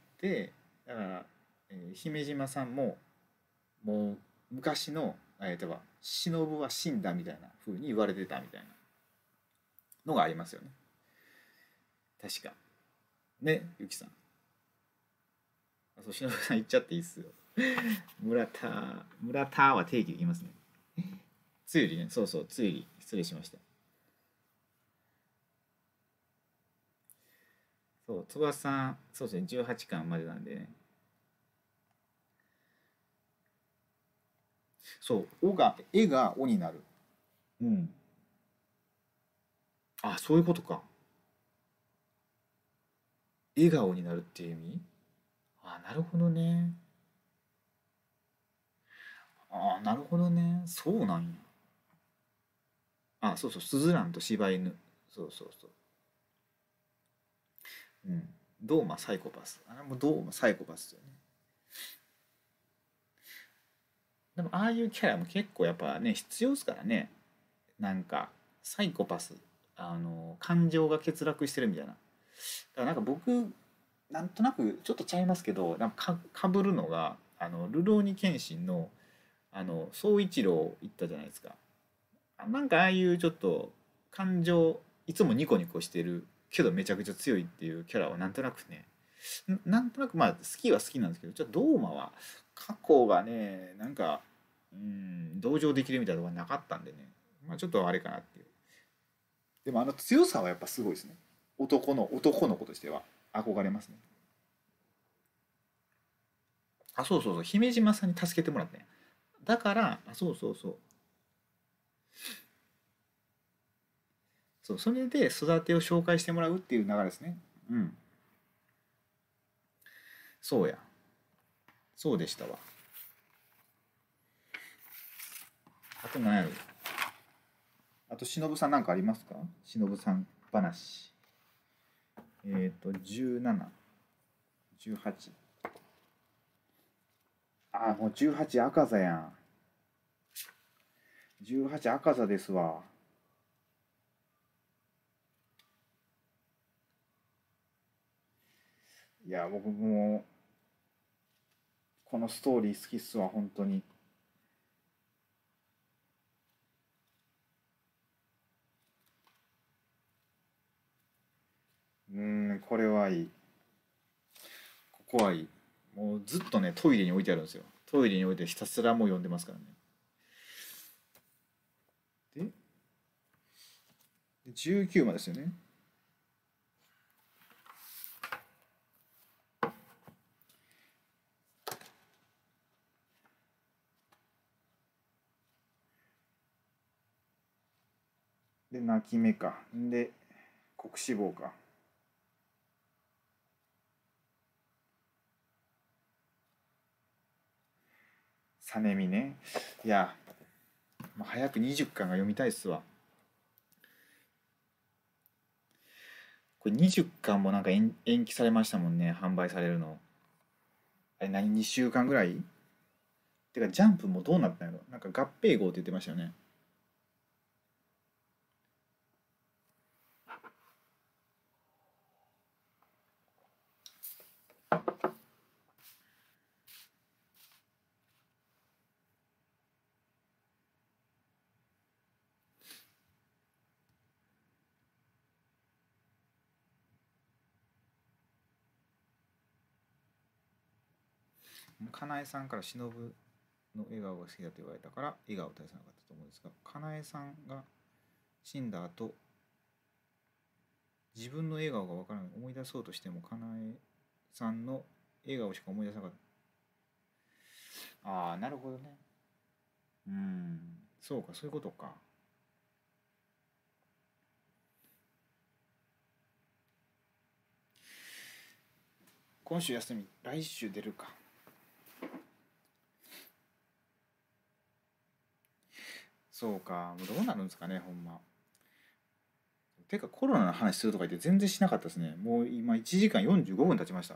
だから、姫島さんももう昔の、例えば忍は死んだみたいな風に言われてたみたいなのがありますよね、確かね、ゆきさん。そう、忍さん言っちゃっていいっすよ。村田は定義できますね。つゆりね、そうそう、つゆり、失礼しました。そう、翼さん、そうですね、18巻までなんでね。そう、絵が「お」になる。うん。そういうことか。笑顔になるっていう意味。なるほどね。なるほどね。そうなんや。そうそう、スズランと柴犬。そうそうそう。うん。ドーマサイコパス。あれもドーマサイコパスだよね。 でもああいうキャラも結構やっぱね必要ですからね。なんかサイコパス、感情が欠落してるみたいな。だからなんか僕なんとなくちょっとちゃいますけど、かぶるのがルローニケンシンの宗一郎言ったじゃないですか。なんかああいうちょっと感情いつもニコニコしてるけどめちゃくちゃ強いっていうキャラはなんとなくね、なんとなくまあ好きは好きなんですけど、ちょっとドーマは過去がねなんか同情できるみたいなところがなかったんでね、まあちょっとあれかなっていう。でも強さはやっぱすごいですね。男の子としては憧れますね。あ、そうそうそう、姫島さんに助けてもらってね。だからそうそうそう、そう、それで育てを紹介してもらうっていう流れですね。うん、そうや、そうでしたわ。あと何やろ。あと忍さんなんかありますか？忍さん話。17、18。あ、もう18赤座やん。18赤座ですわ。いや、僕もこのストーリー好きっすわ、本当に。これはいい。ここはいい。もうずっとね、トイレに置いてあるんですよ。トイレに置いてひたすらもう読んでますからね。で、19までですよね。で、泣き目か。で、黒脂肪か。サネミね。いや、まあ、早く20巻が読みたいっすわ。これ20巻もなんか延期されましたもんね、販売されるの。あれ何、2週間ぐらい？てか、ジャンプもどうなったんやろ、なんか合併号って言ってましたよね。かなえさんから忍の笑顔が好きだと言われたから笑顔を大切なかったと思うんですが、かなえさんが死んだ後、自分の笑顔がわからない、思い出そうとしてもかなえさんの笑顔しか思い出せなかった。ああ、なるほどね。そうか、そういうことか。今週休み、来週出るか。そうか、もうどうなるんですかね、ほんま。てか、コロナの話するとか言って全然しなかったですね。もう今1時間45分経ちました。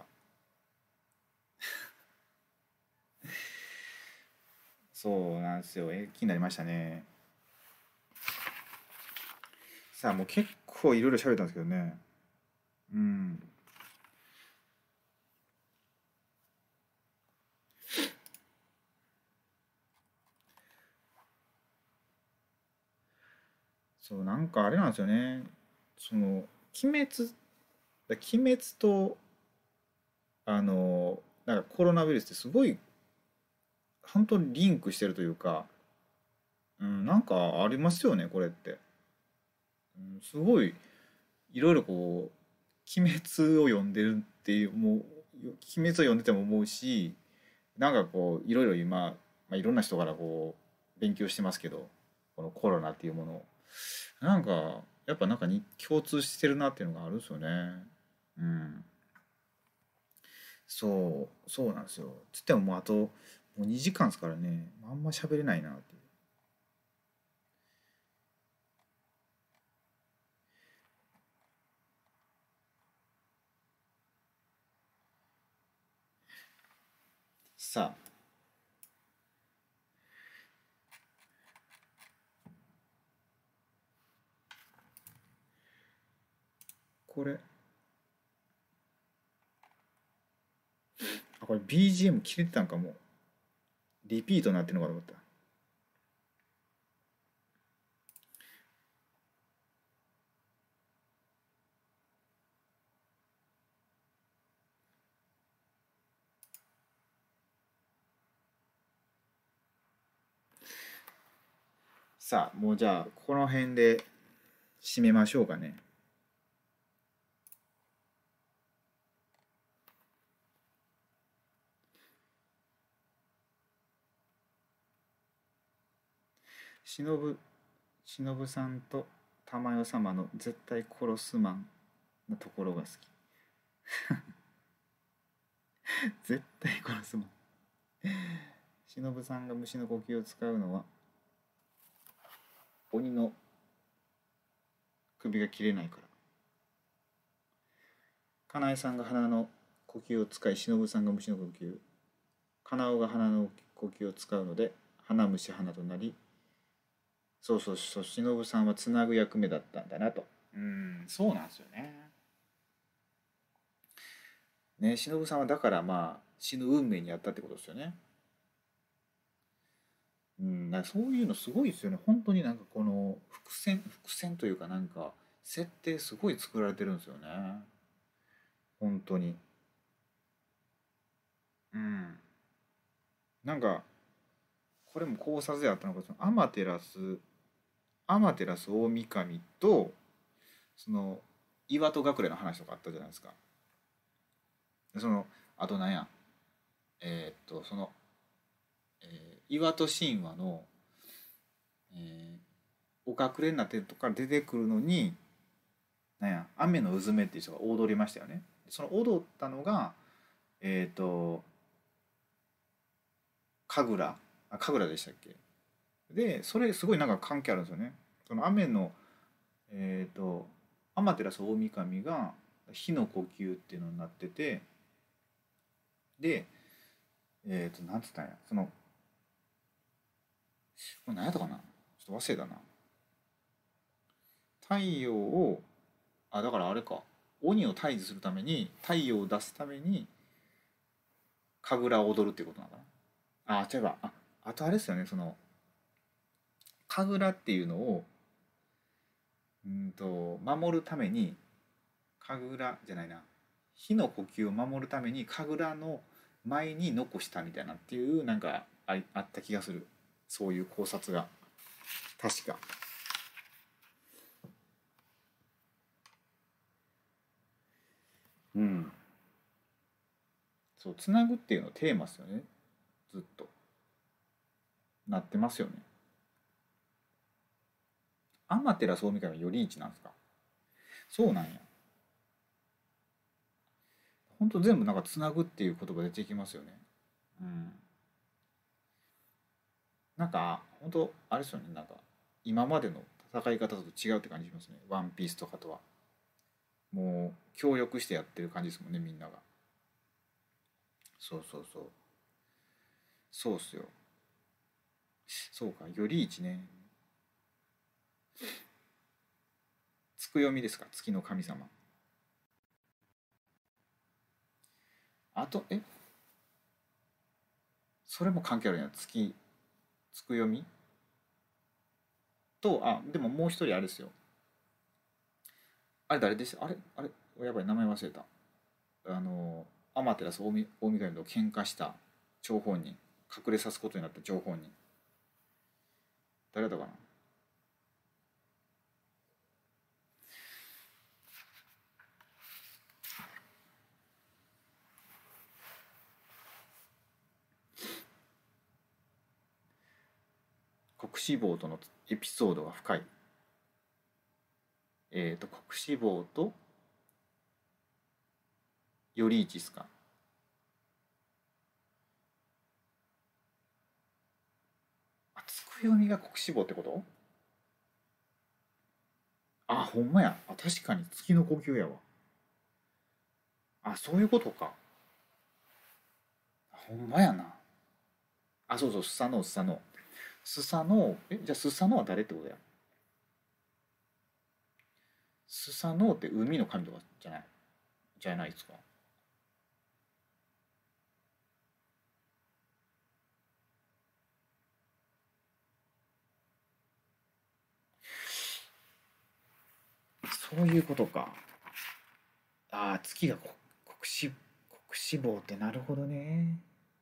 そうなんですよ。気になりましたね。さあ、もう結構いろいろ喋ったんですけどね。うん。そう、なんかあれなんですよね。その、鬼滅と、なんかコロナウイルスってすごい、本当にリンクしてるというか、なんかありますよね、これって。すごい、いろいろこう、鬼滅を読んでるっていう、もう、鬼滅を読んでても思うし、なんかこう、いろいろ今、いろんな人からこう、勉強してますけど、このコロナっていうものを。なんか、やっぱなんかに共通してるなっていうのがあるんですよね。うん。そうなんですよ。つってももうあと、もう2時間ですからね、あんま喋れないなっていう。さあ、 これこれ BGM 切れてたんかもうリピートになってるのかと思った。さあもうじゃあこの辺で締めましょうかね。忍さんと玉代様の絶対殺すマンのところが好き。絶対殺すマン。忍さんが虫の呼吸を使うのは鬼の首が切れないから。かなえさんが鼻の呼吸を使い忍さんが虫の呼吸。かなおが鼻の呼吸を使うので花虫花となり、そうそうそう、忍さんはつなぐ役目だったんだなと。そうなんですよね。ね、忍さんはだからまあ死ぬ運命にあったってことですよね。なんかそういうのすごいですよね。本当になんかこの伏線というかなんか設定すごい作られてるんですよね。本当に。うん。なんかこれも考察であったのがそのアマテラス大神とその岩戸隠れの話とかあったじゃないですか。そのあとなんやその、岩戸神話の、お隠れになってるとこから出てくるのになんや雨のうずめっていう人が踊りましたよね。その踊ったのが神楽神楽でしたっけ。でそれすごいなんか関係あるんですよね。その雨の天照大神が火の呼吸っていうのになってて、でなんつったんやそのこれ何やったかなちょっと忘れたな。太陽をだからあれか鬼を退治するために太陽を出すために神楽を踊るっていうことなのかな。違えばあとあれですよね。その神楽っていうのを守るために神楽じゃないな火の呼吸を守るために神楽の前に残したみたいなっていうなんかあった気がする。そういう考察が確か。そうつなぐっていうのテーマですよね。ずっとなってますよね。天照大神は頼一なんですか。そうなんや。ほんと全部なんかつなぐっていう言葉出てきますよね。なんか本当あれですよね。なんか今までの戦い方と違うって感じしますね。ワンピースとかとはもう協力してやってる感じですもんね、みんなが。そうそうそう。そうっすよ。そうか、頼一ね。月読みですか、月の神様。あとそれも関係あるんや。月読みとでももう一人あれですよ。あれ誰でした。あれやばい名前忘れた。天照大神と喧嘩した張本人、隠れさすことになった張本人、誰だかな。国志望とのエピソードが深い。国志望と頼一っすか。月読みが国志望ってこと。ほんまや。確かに月の呼吸やわ。そういうことか。ほんまやな。そうそう、スサノオ。じゃあスサノオは誰ってことや。ススサノオって海の神とかじゃないですか。そういうことか。ああ、月が国志望ってなるほどね。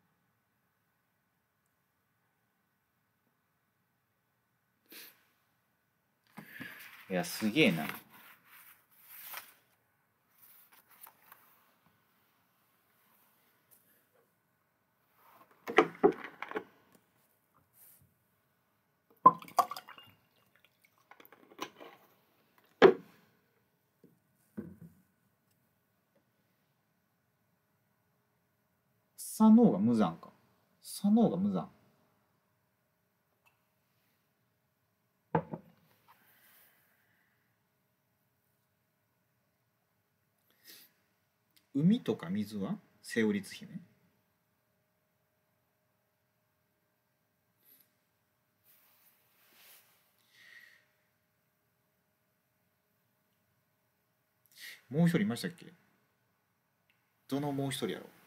いや、すげえな。サノオが無残か。サノオが無残。海とか水はセオリツ姫。もう一人いましたっけ？どのもう一人やろ？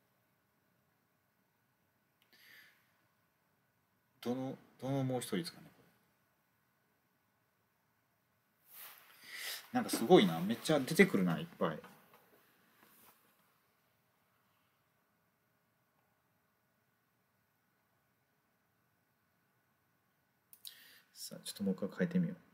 どのもう一人ですかね、これ。なんかすごいな。めっちゃ出てくるな、いっぱい。さあ、ちょっともう一回変えてみよう。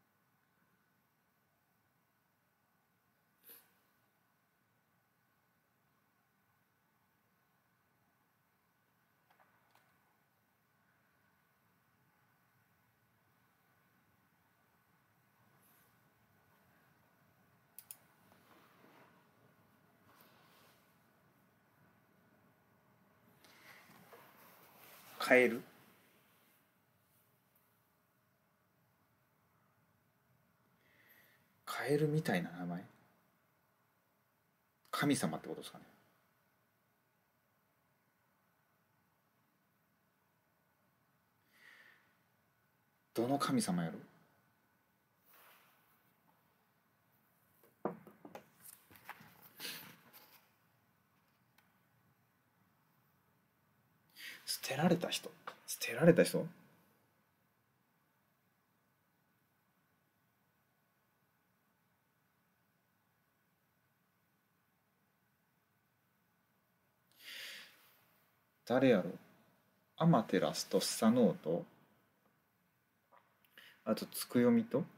変える。カエルみたいな名前。神様ってことですかね。どの神様やろ？捨てられた人。捨てられた人。誰やろ？アマテラスとスサノオと、あとツクヨミと、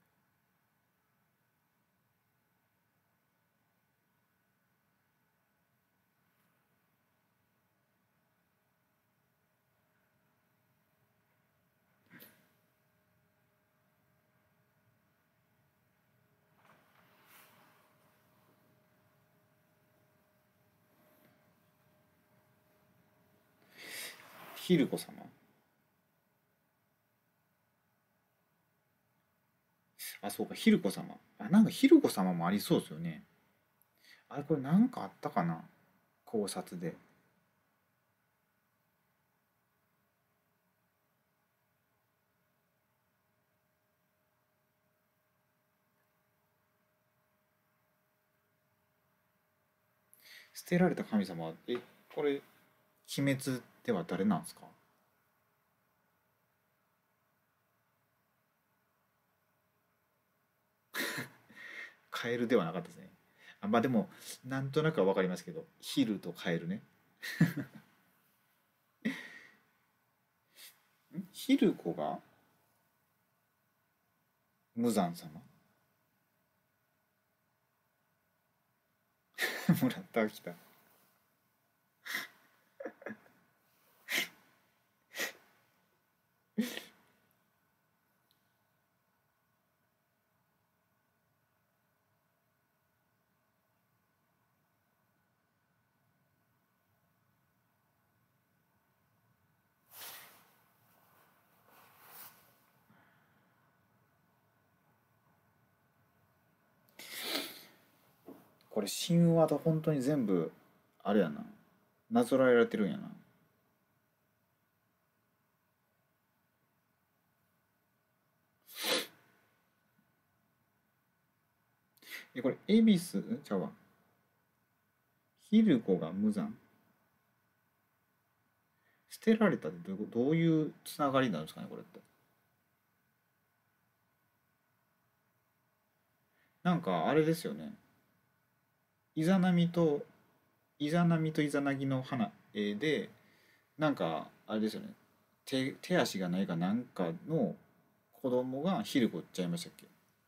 ヒルコ様。あ、そうか、ヒルコ様。あ、なんかヒルコ様もありそうですよね。あれ、これなんかあったかな？考察で。捨てられた神様は、これ、鬼滅では誰なんですか？カエルではなかったですね。あ、まあでも、なんとなくはわかりますけど、ヒルとカエルね。ヒルコが無惨様。もらったきた。これ神話と本当に全部、あれやな。なぞらえられてるんやな。 これ恵比寿ちゃうわ。ヒルコが無残。捨てられたってどういうつながりなんですかね、これって。なんかあれですよね。イザナミとイザナギの花で、なんかあれですよね。手足がないかなんかの子供がヒルコっちゃいましたっけ？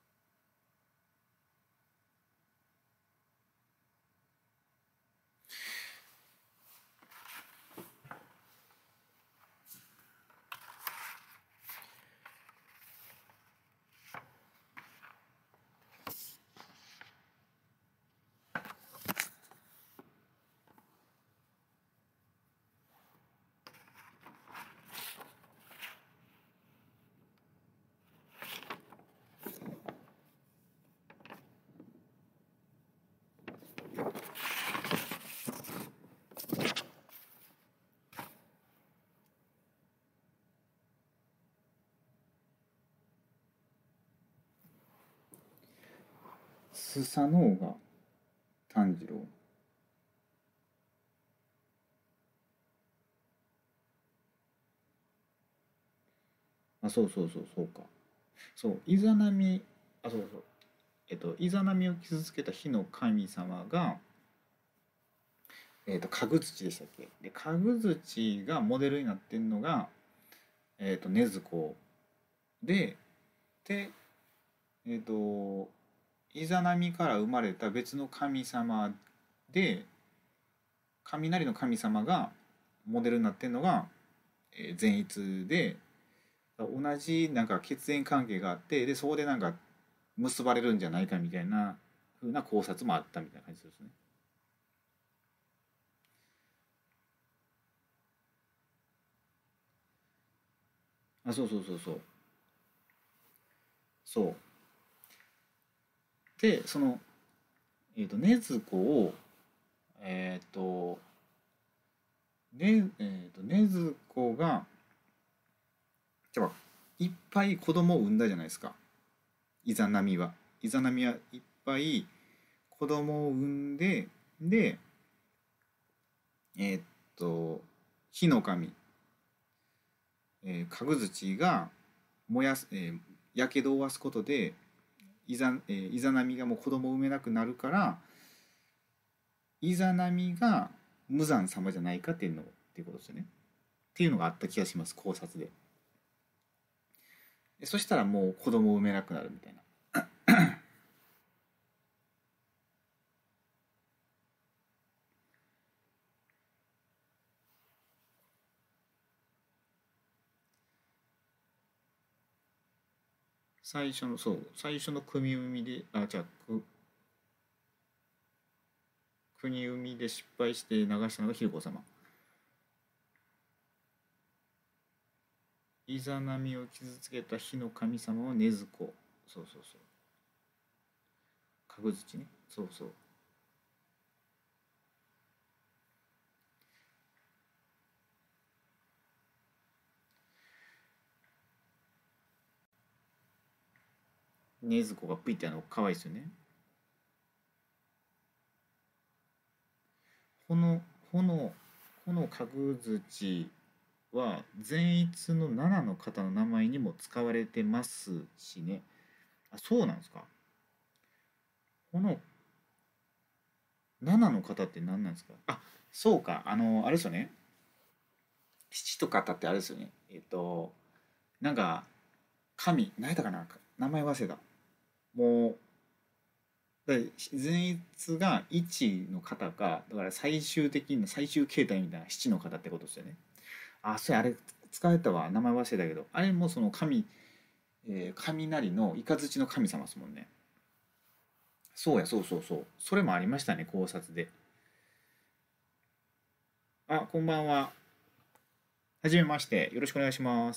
スサノオが炭治郎。あ、そうそうそうそうか。そう、イザナミ、あ、そうそう。イザナミを傷つけた火の神様が、カグツチでしたっけ？で、カグツチがモデルになってるのが、禰豆子で、で、えっ、と、イザナミから生まれた別の神様で、雷の神様がモデルになってるのが、善逸で、同じなんか血縁関係があって、で、そこでなんか結ばれるんじゃないかみたいな風な考察もあったみたいな感じですね。あ、そうそうそうそう。そう。で、その、禰豆子を、えっと、禰豆子が、じゃあ、いっぱい子供を産んだじゃないですか。イザナミは。イザナミはいっぱい子供を産んで、で、えーっと、火の神、カグズチが燃やす、やけどを負わすことで、イザナミがもう子供を産めなくなるから、イザナミが無惨様じゃないかっていうのっていうことですよね。っていうのがあった気がします、考察で。そしたらもう子供を産めなくなるみたいな。最初の組産みで、あ、じゃあ、国産みで失敗して流したのがヒルコ様。イザナミを傷つけた火の神様は禰豆子。そうそうそう。角槌ね。そうそう。禰豆子がプイって可愛いですよね。この、この、この角槌は善逸の7の方の名前にも使われてますしね。あ、そうなんですか。この7の方って何なんですか？あ、そうか。あれですよね。七と方ってあれですよね。なんか、何やったかな、名前忘れた。もう、善逸が1の方か、だから最終的な最終形態みたいな七の方ってことですよね。あ、それあれ、使えたわ。名前忘れたけど。あれもその雷の雷の神様ですもんね。そうや、そうそうそう。それもありましたね、考察で。あ、こんばんは。はじめまして。よろしくお願いします。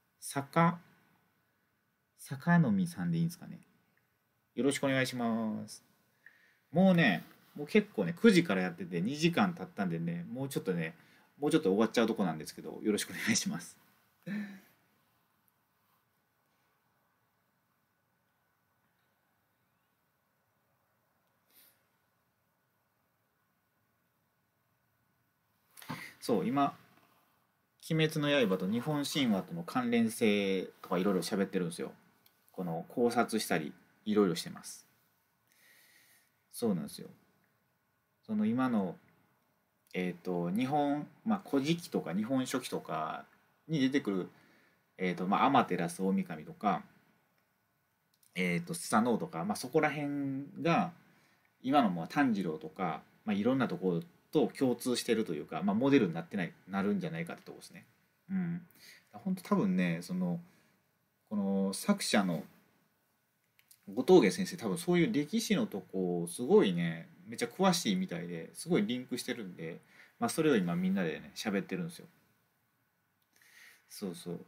坂のみさんでいいんですかね。よろしくお願いします。もうね、もう結構ね、9時からやってて2時間経ったんでね、もうちょっと終わっちゃうとこなんですけど、よろしくお願いします。 そう今鬼滅の刃と日本神話との関連性とかいろいろ喋ってるんですよ。この考察したりいろいろしてます。そうなんですよ。その今の日本、古事記とか日本書紀とかに出てくる天照大神とかスサノオとか、そこら辺が今の炭治郎とか、いろんなところと共通してるというか、モデルになるんじゃないかってとこですね。うん。本当多分ねこの作者の後藤家先生多分そういう歴史のとこすごいねめっちゃ詳しいみたいですごいリンクしてるんで、それを今みんなでね喋ってるんですよ。そうそう。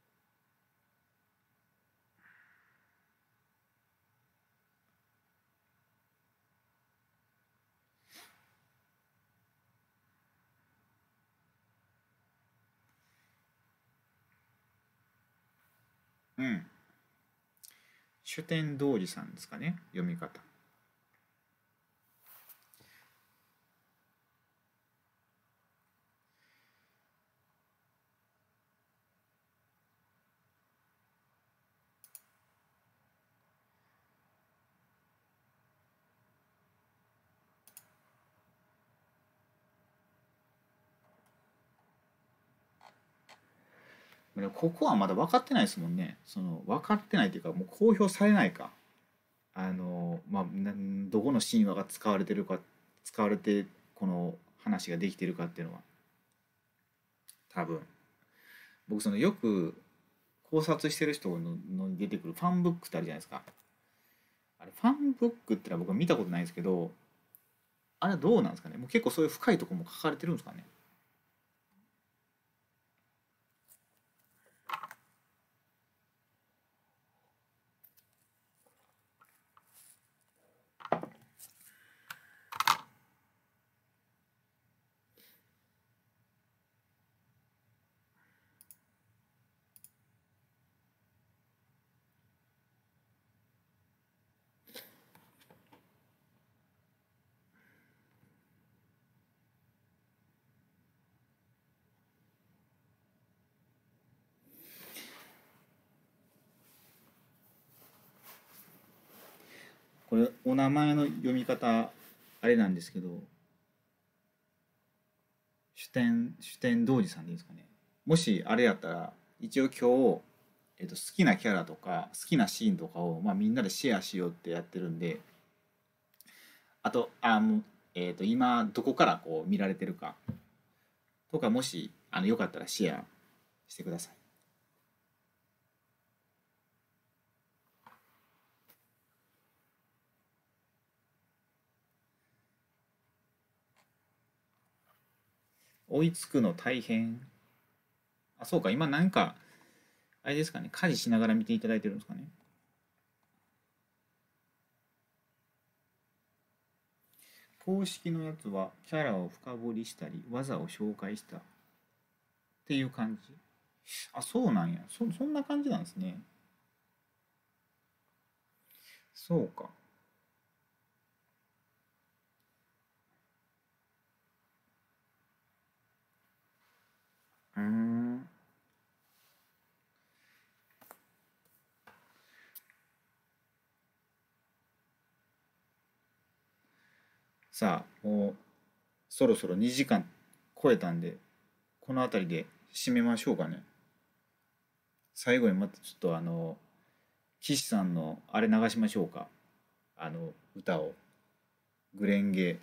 うん。主天童子さんですかね読み方。でもここはまだ分かってないですもんね。その分かってないというかもう公表されないか。どこの神話が使われてるか使われてこの話ができてるかっていうのは多分僕そのよく考察してる人のに出てくるファンブックってあるじゃないですか。あれファンブックってのは僕は見たことないんですけど、あれはどうなんですかね。もう結構そういう深いところも書かれてるんですかね。これお名前の読み方あれなんですけど、主典童子さんでいいですかね。もしあれやったら一応今日、好きなキャラとか好きなシーンとかを、みんなでシェアしようってやってるんで、あともう、今どこからこう見られてるかとかもしよかったらシェアしてください。追いつくの大変。そうか今なんかあれですかね、家事しながら見ていただいてるんですかね。公式のやつはキャラを深掘りしたり技を紹介したっていう感じ。そうなんや。そんな感じなんですね。そうか。うん。さあもうそろそろ2時間超えたんでこの辺りで締めましょうかね。最後にまたちょっと岸さんのあれ流しましょうか。歌をグレンゲ。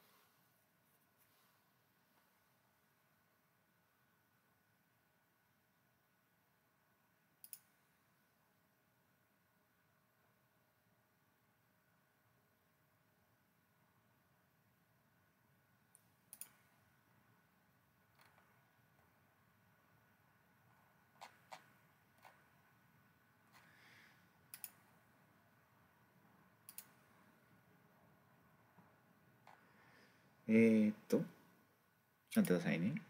ちょっと待ってくださいね。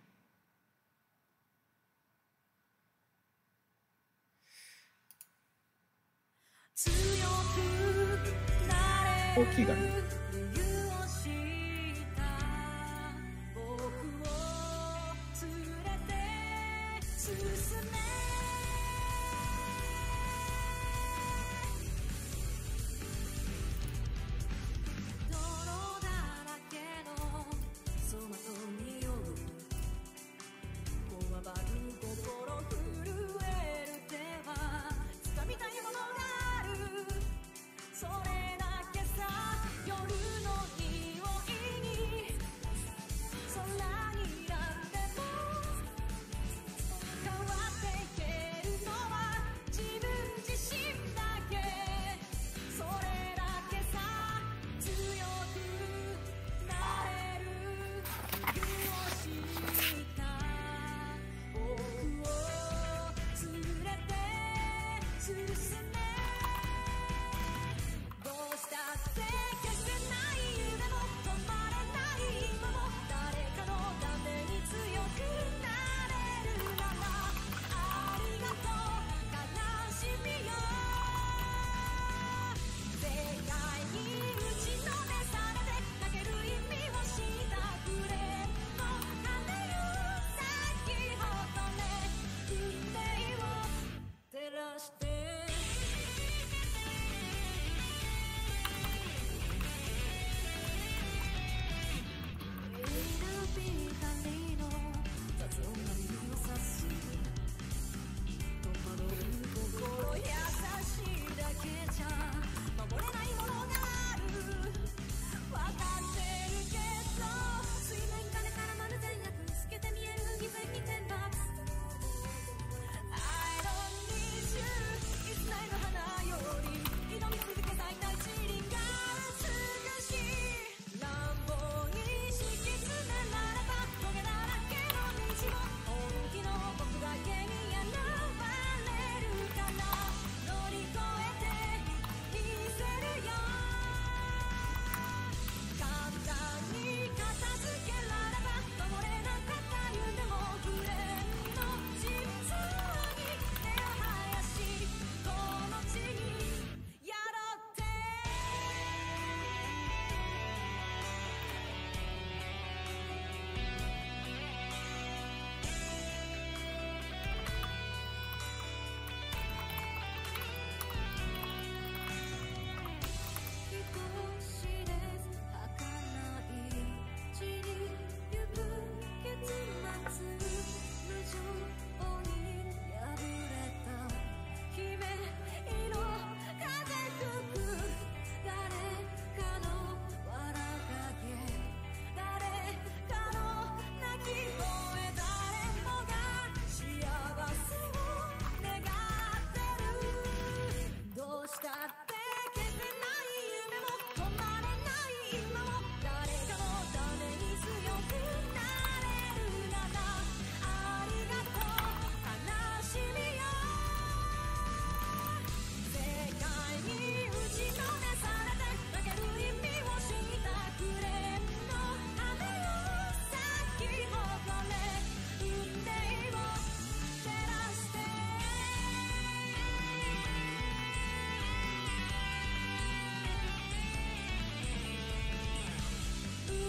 大きい画面。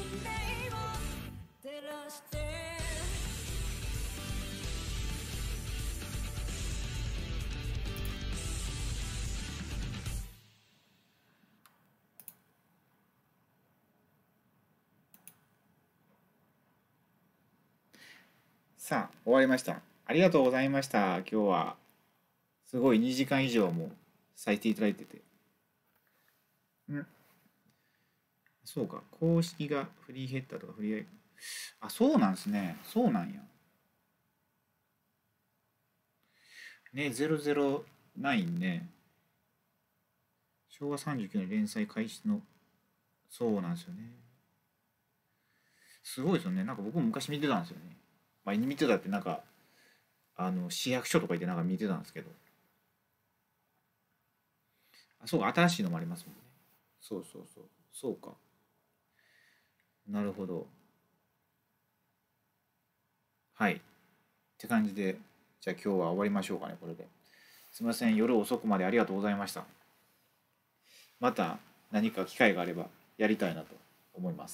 デイを照らしてさあ終わりました。ありがとうございました。今日はすごい2時間以上も咲いていただいてて、そうか、公式がフリーヘッダーとかフリーそうなんですね。そうなんやね。009ね、昭和39年連載開始の、そうなんですよね。すごいですよね。なんか僕も昔見てたんですよね。まあ、見てたってなんか市役所とか行ってなんか見てたんですけど、そうか、新しいのもありますもんね。そうそうそう、そうか。なるほど。はい。って感じで、じゃあ今日は終わりましょうかね、これで。すみません、夜遅くまでありがとうございました。また何か機会があればやりたいなと思います。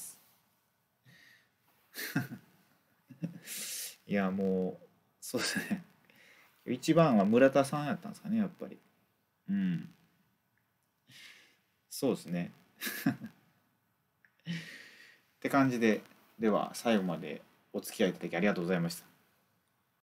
いや、もう、そうですね。一番は村田さんやったんですかね、やっぱり。うん。そうですね。って感じで、では最後までお付き合いいただきありがとうございました。